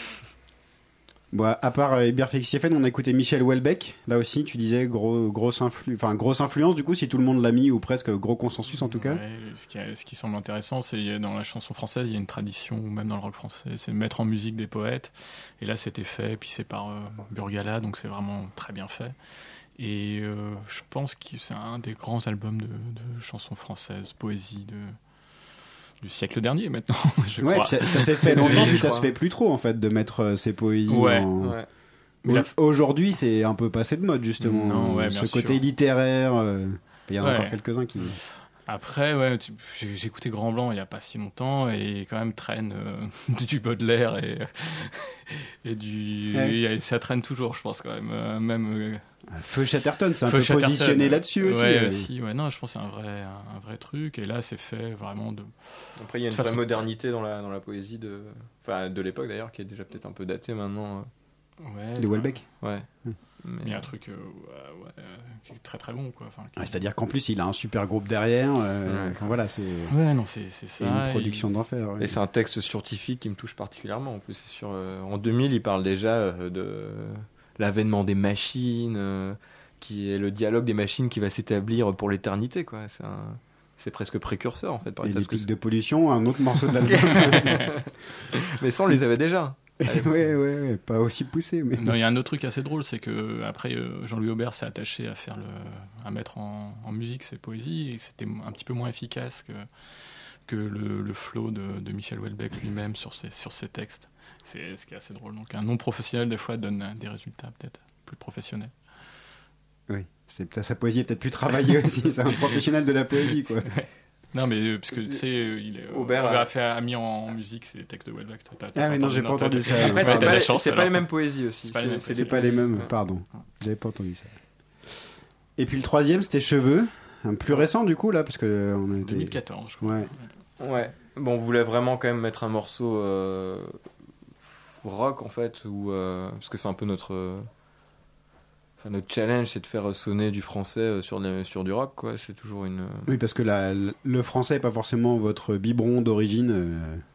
Bon, à part Eberflexiefen, on a écouté Michel Houellebecq. Là aussi, tu disais grosse influence du coup, si tout le monde l'a mis, ou presque gros consensus en tout cas. Ouais, ce qui semble intéressant, c'est dans la chanson française, il y a une tradition, ou même dans le rock français, c'est de mettre en musique des poètes. Et là, c'était fait, puis c'est par Burgala, donc c'est vraiment très bien fait. Et je pense que c'est un des grands albums de chansons françaises, poésie du siècle dernier maintenant, je crois. Ça s'est fait longtemps, puis ça se fait plus trop en fait de mettre ses poésies Ouais. Mais aujourd'hui, c'est un peu passé de mode justement. Non, ce côté littéraire, il y en a encore quelques-uns qui... Après, j'ai écouté Grand Blanc il n'y a pas si longtemps et quand même traîne du Baudelaire et du... Ouais. Et ça traîne toujours, je pense quand même. Feu Chatterton, c'est un peu positionné là-dessus aussi. Aussi. Ouais, non, je pense que c'est un vrai truc. Et là, c'est fait vraiment de... Après, il y a une vraie modernité dans la poésie de l'époque d'ailleurs, qui est déjà peut-être un peu datée maintenant. De Houellebecq. Ouais. Mais il y a un truc qui est très très bon quoi. C'est-à-dire qu'en plus il a un super groupe derrière. Voilà, c'est. Ouais, non, c'est ça. Une production d'enfer. Ouais. Et c'est un texte scientifique qui me touche particulièrement. En plus, c'est sur en 2000, il parle déjà de l'avènement des machines, qui est le dialogue des machines qui va s'établir pour l'éternité, quoi. C'est presque précurseur en fait. Et les pics de pollution, un autre morceau de l'album. Mais ça, on les avait déjà. Ouais, pas aussi poussé. Mais... Non, il y a un autre truc assez drôle, c'est que après Jean-Louis Aubert s'est attaché à mettre en musique ses poésies et c'était un petit peu moins efficace que le flow de Michel Houellebecq lui-même sur ses textes. C'est ce qui est assez drôle. Donc un non professionnel des fois donne des résultats peut-être plus professionnels. Oui, sa poésie est peut-être plus travaillée aussi. C'est un professionnel de la poésie, quoi. Non, mais parce que tu sais, Aubert a mis en musique ses textes de Houellebecq. Mais non, j'ai pas entendu ça. Après, c'est pas les mêmes poésies aussi. C'est pas les mêmes, pardon. J'avais pas entendu ça. Et puis le troisième, c'était Cheveux, un plus récent du coup là, parce que on était 2014, je crois. Ouais. Bon, on voulait vraiment quand même mettre un morceau rock en fait, parce que c'est un peu notre challenge, c'est de faire sonner du français sur du rock, quoi. C'est toujours une... Oui, parce que le français n'est pas forcément votre biberon d'origine.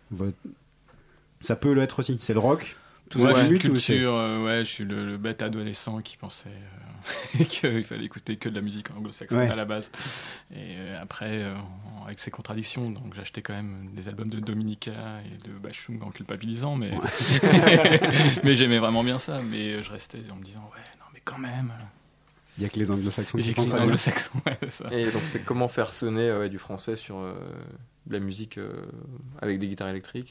Ça peut l'être aussi. C'est le rock. Culture, je suis le bête adolescent qui pensait qu'il fallait écouter que de la musique anglo-saxonne à la base. Et après, avec ses contradictions, donc j'achetais quand même des albums de Dominica et de Bashung en culpabilisant, mais mais j'aimais vraiment bien ça. Mais je restais en me disant quand même. Il n'y a que les anglo-saxons qui font ça. Ça. Et donc c'est comment faire sonner du français sur de la musique avec des guitares électriques.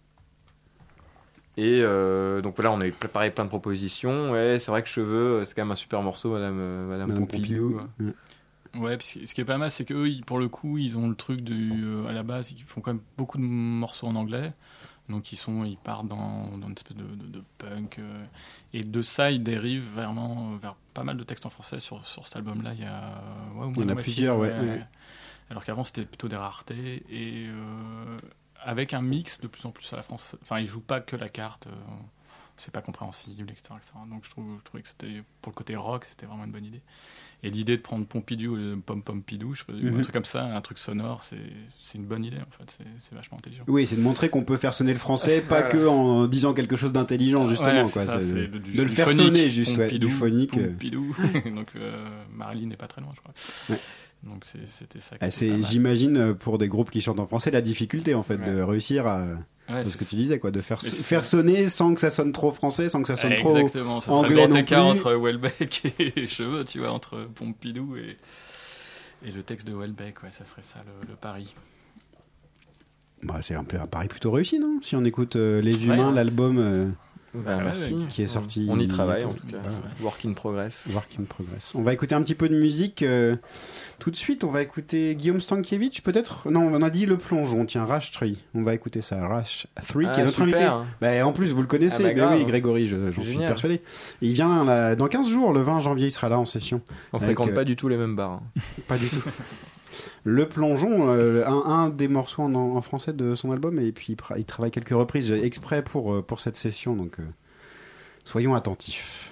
Et donc voilà, on avait préparé plein de propositions. Ouais, c'est vrai que Cheveux, c'est quand même un super morceau, Madame Pompidou. Ouais, puis ce qui est pas mal, c'est qu'eux, pour le coup, ils ont le truc à la base, ils font quand même beaucoup de morceaux en anglais. Donc ils partent dans une espèce de punk. Et de ça, ils dérivent vraiment vers pas mal de textes en français sur cet album-là. Il y en a plusieurs, ouais. Alors qu'avant, c'était plutôt des raretés. Et avec un mix de plus en plus à la France. Enfin, ils jouent pas que la carte. c'est pas compréhensible, etc., etc. Donc je trouvais que c'était, pour le côté rock, c'était vraiment une bonne idée. Et l'idée de prendre Pompidou, le Pompidou, je sais pas, un truc comme ça, un truc sonore, c'est une bonne idée en fait, c'est vachement intelligent. Oui, c'est de montrer qu'on peut faire sonner le français, pas que en disant quelque chose d'intelligent, justement. Ouais, quoi. Ça, C'est du le faire phonique, sonner, juste, Pompidou, du phonique. Pompidou. Donc Marilyn n'est pas très loin, je crois. Ouais. Donc c'était ça. J'imagine, pour des groupes qui chantent en français, la difficulté en fait de réussir à... ce que tu disais, quoi, de faire sonner sans que ça sonne trop français, sans que ça sonne trop anglais. Exactement, ça serait le grand écart entre Houellebecq et Cheveux, tu vois, entre Pompidou et le texte de Houellebecq, ça serait ça le pari. Bah, c'est un pari plutôt réussi, non ? Si on écoute Les Humains, l'album qui est sorti. On y travaille en tout cas. Work in progress. Work in progress. On va écouter un petit peu de musique. Tout de suite, on va écouter Guillaume Stankiewicz, peut-être ? Non, on a dit Le Plongeon, tiens, Rush 3. On va écouter ça, Rush 3, qui est notre invité. Bah, en plus, vous le connaissez, oui, Grégory, j'en suis persuadé. Et il vient dans 15 jours, le 20 janvier, il sera là en session. On fréquente pas du tout les mêmes bars. Pas du tout. Le Plongeon, un des morceaux en français de son album, et puis il travaille quelques reprises exprès pour cette session, donc soyons attentifs.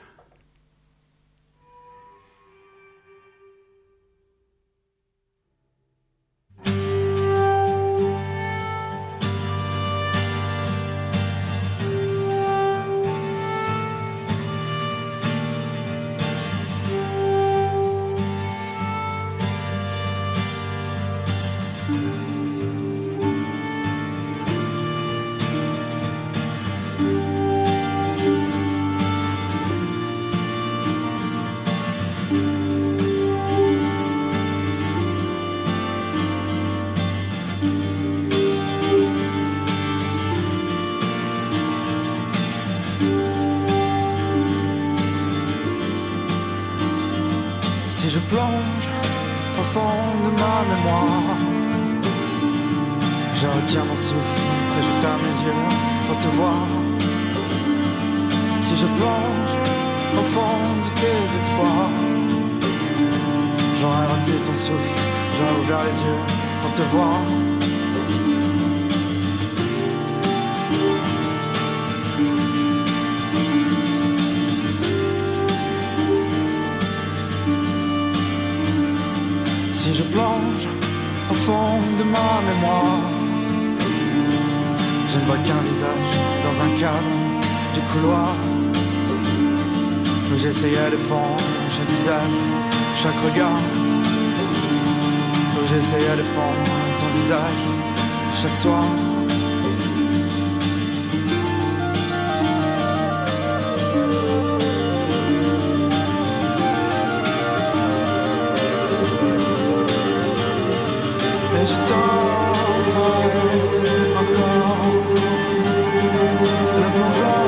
Si je plonge au fond de ma mémoire, je retiens mon souffle et je ferme les yeux pour te voir. Si je plonge au fond de tes espoirs, j'aurais retenu ton souffle, j'aurais ouvert les yeux pour te voir. Si je plonge au fond de ma mémoire, je ne vois qu'un visage dans un cadre du couloir où j'essayais de fondre chaque visage, chaque regard, où j'essayais de fondre ton visage chaque soir. Et je tenterai encore le plongeon.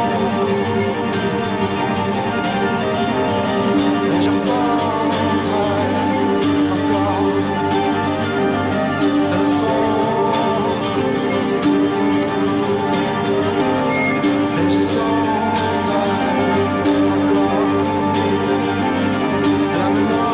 Et je tenterai encore le fond. Et je sentirai encore la mémoire.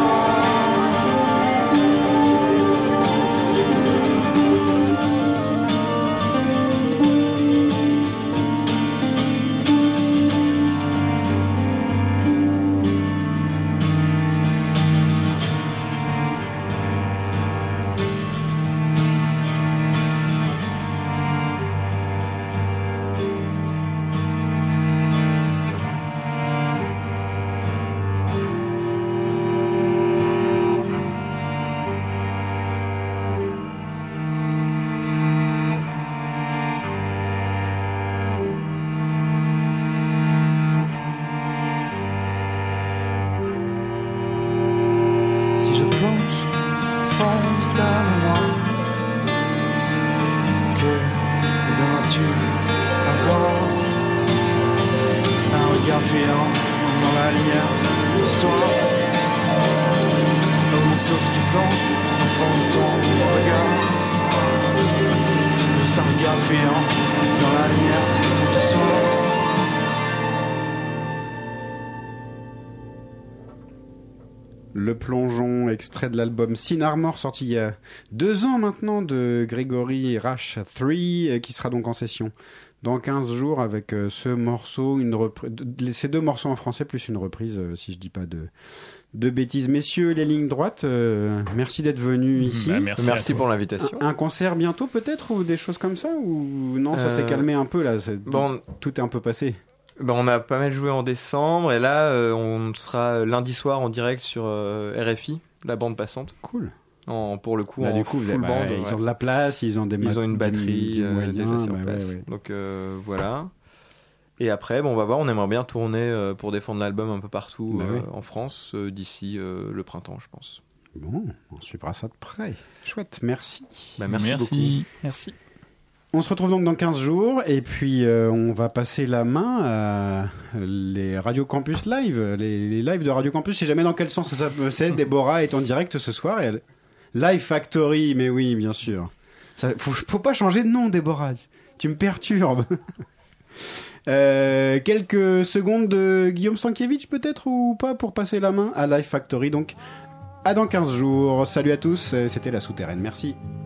Si je plonge au fond de ta mémoire, que donneras-tu avant un regard fuyant dans la lumière du soir, comme mon souffle qui plonge au fond de ton regard, juste un regard fuyant dans la lumière du soir. Le plongeon, extrait de l'album Sin Armor, sorti il y a 2 ans maintenant, de Gregory Rash 3, qui sera donc en session dans 15 jours avec ce morceau, ces 2 morceaux en français, plus une reprise, si je dis pas de bêtises. Messieurs, les lignes droites, merci d'être venus ici. Merci pour l'invitation. Un concert bientôt peut-être, ou des choses comme ça, ou non, ça s'est calmé un peu là, tout est un peu passé. On a pas mal joué en décembre, et là on sera lundi soir en direct sur RFI, la bande passante. Cool. Pour le coup, du coup, full bande. Ils ont de la place, ils ont une batterie déjà sur place. Donc voilà. Et après, on va voir, on aimerait bien tourner pour défendre l'album un peu partout en France d'ici le printemps, je pense. Bon, on suivra ça de près. Chouette, merci. Merci beaucoup. Merci. On se retrouve donc dans 15 jours, et puis on va passer la main à les Radio Campus Live, les lives de Radio Campus. Je sais jamais dans quel sens ça c'est. Déborah est en direct ce soir, et Live Factory, mais oui, bien sûr. Faut pas changer de nom, Déborah. Tu me perturbes. Quelques secondes de Guillaume Stankiewicz peut-être, ou pas, pour passer la main à Live Factory. Donc à dans 15 jours. Salut à tous, c'était La Souterraine, merci.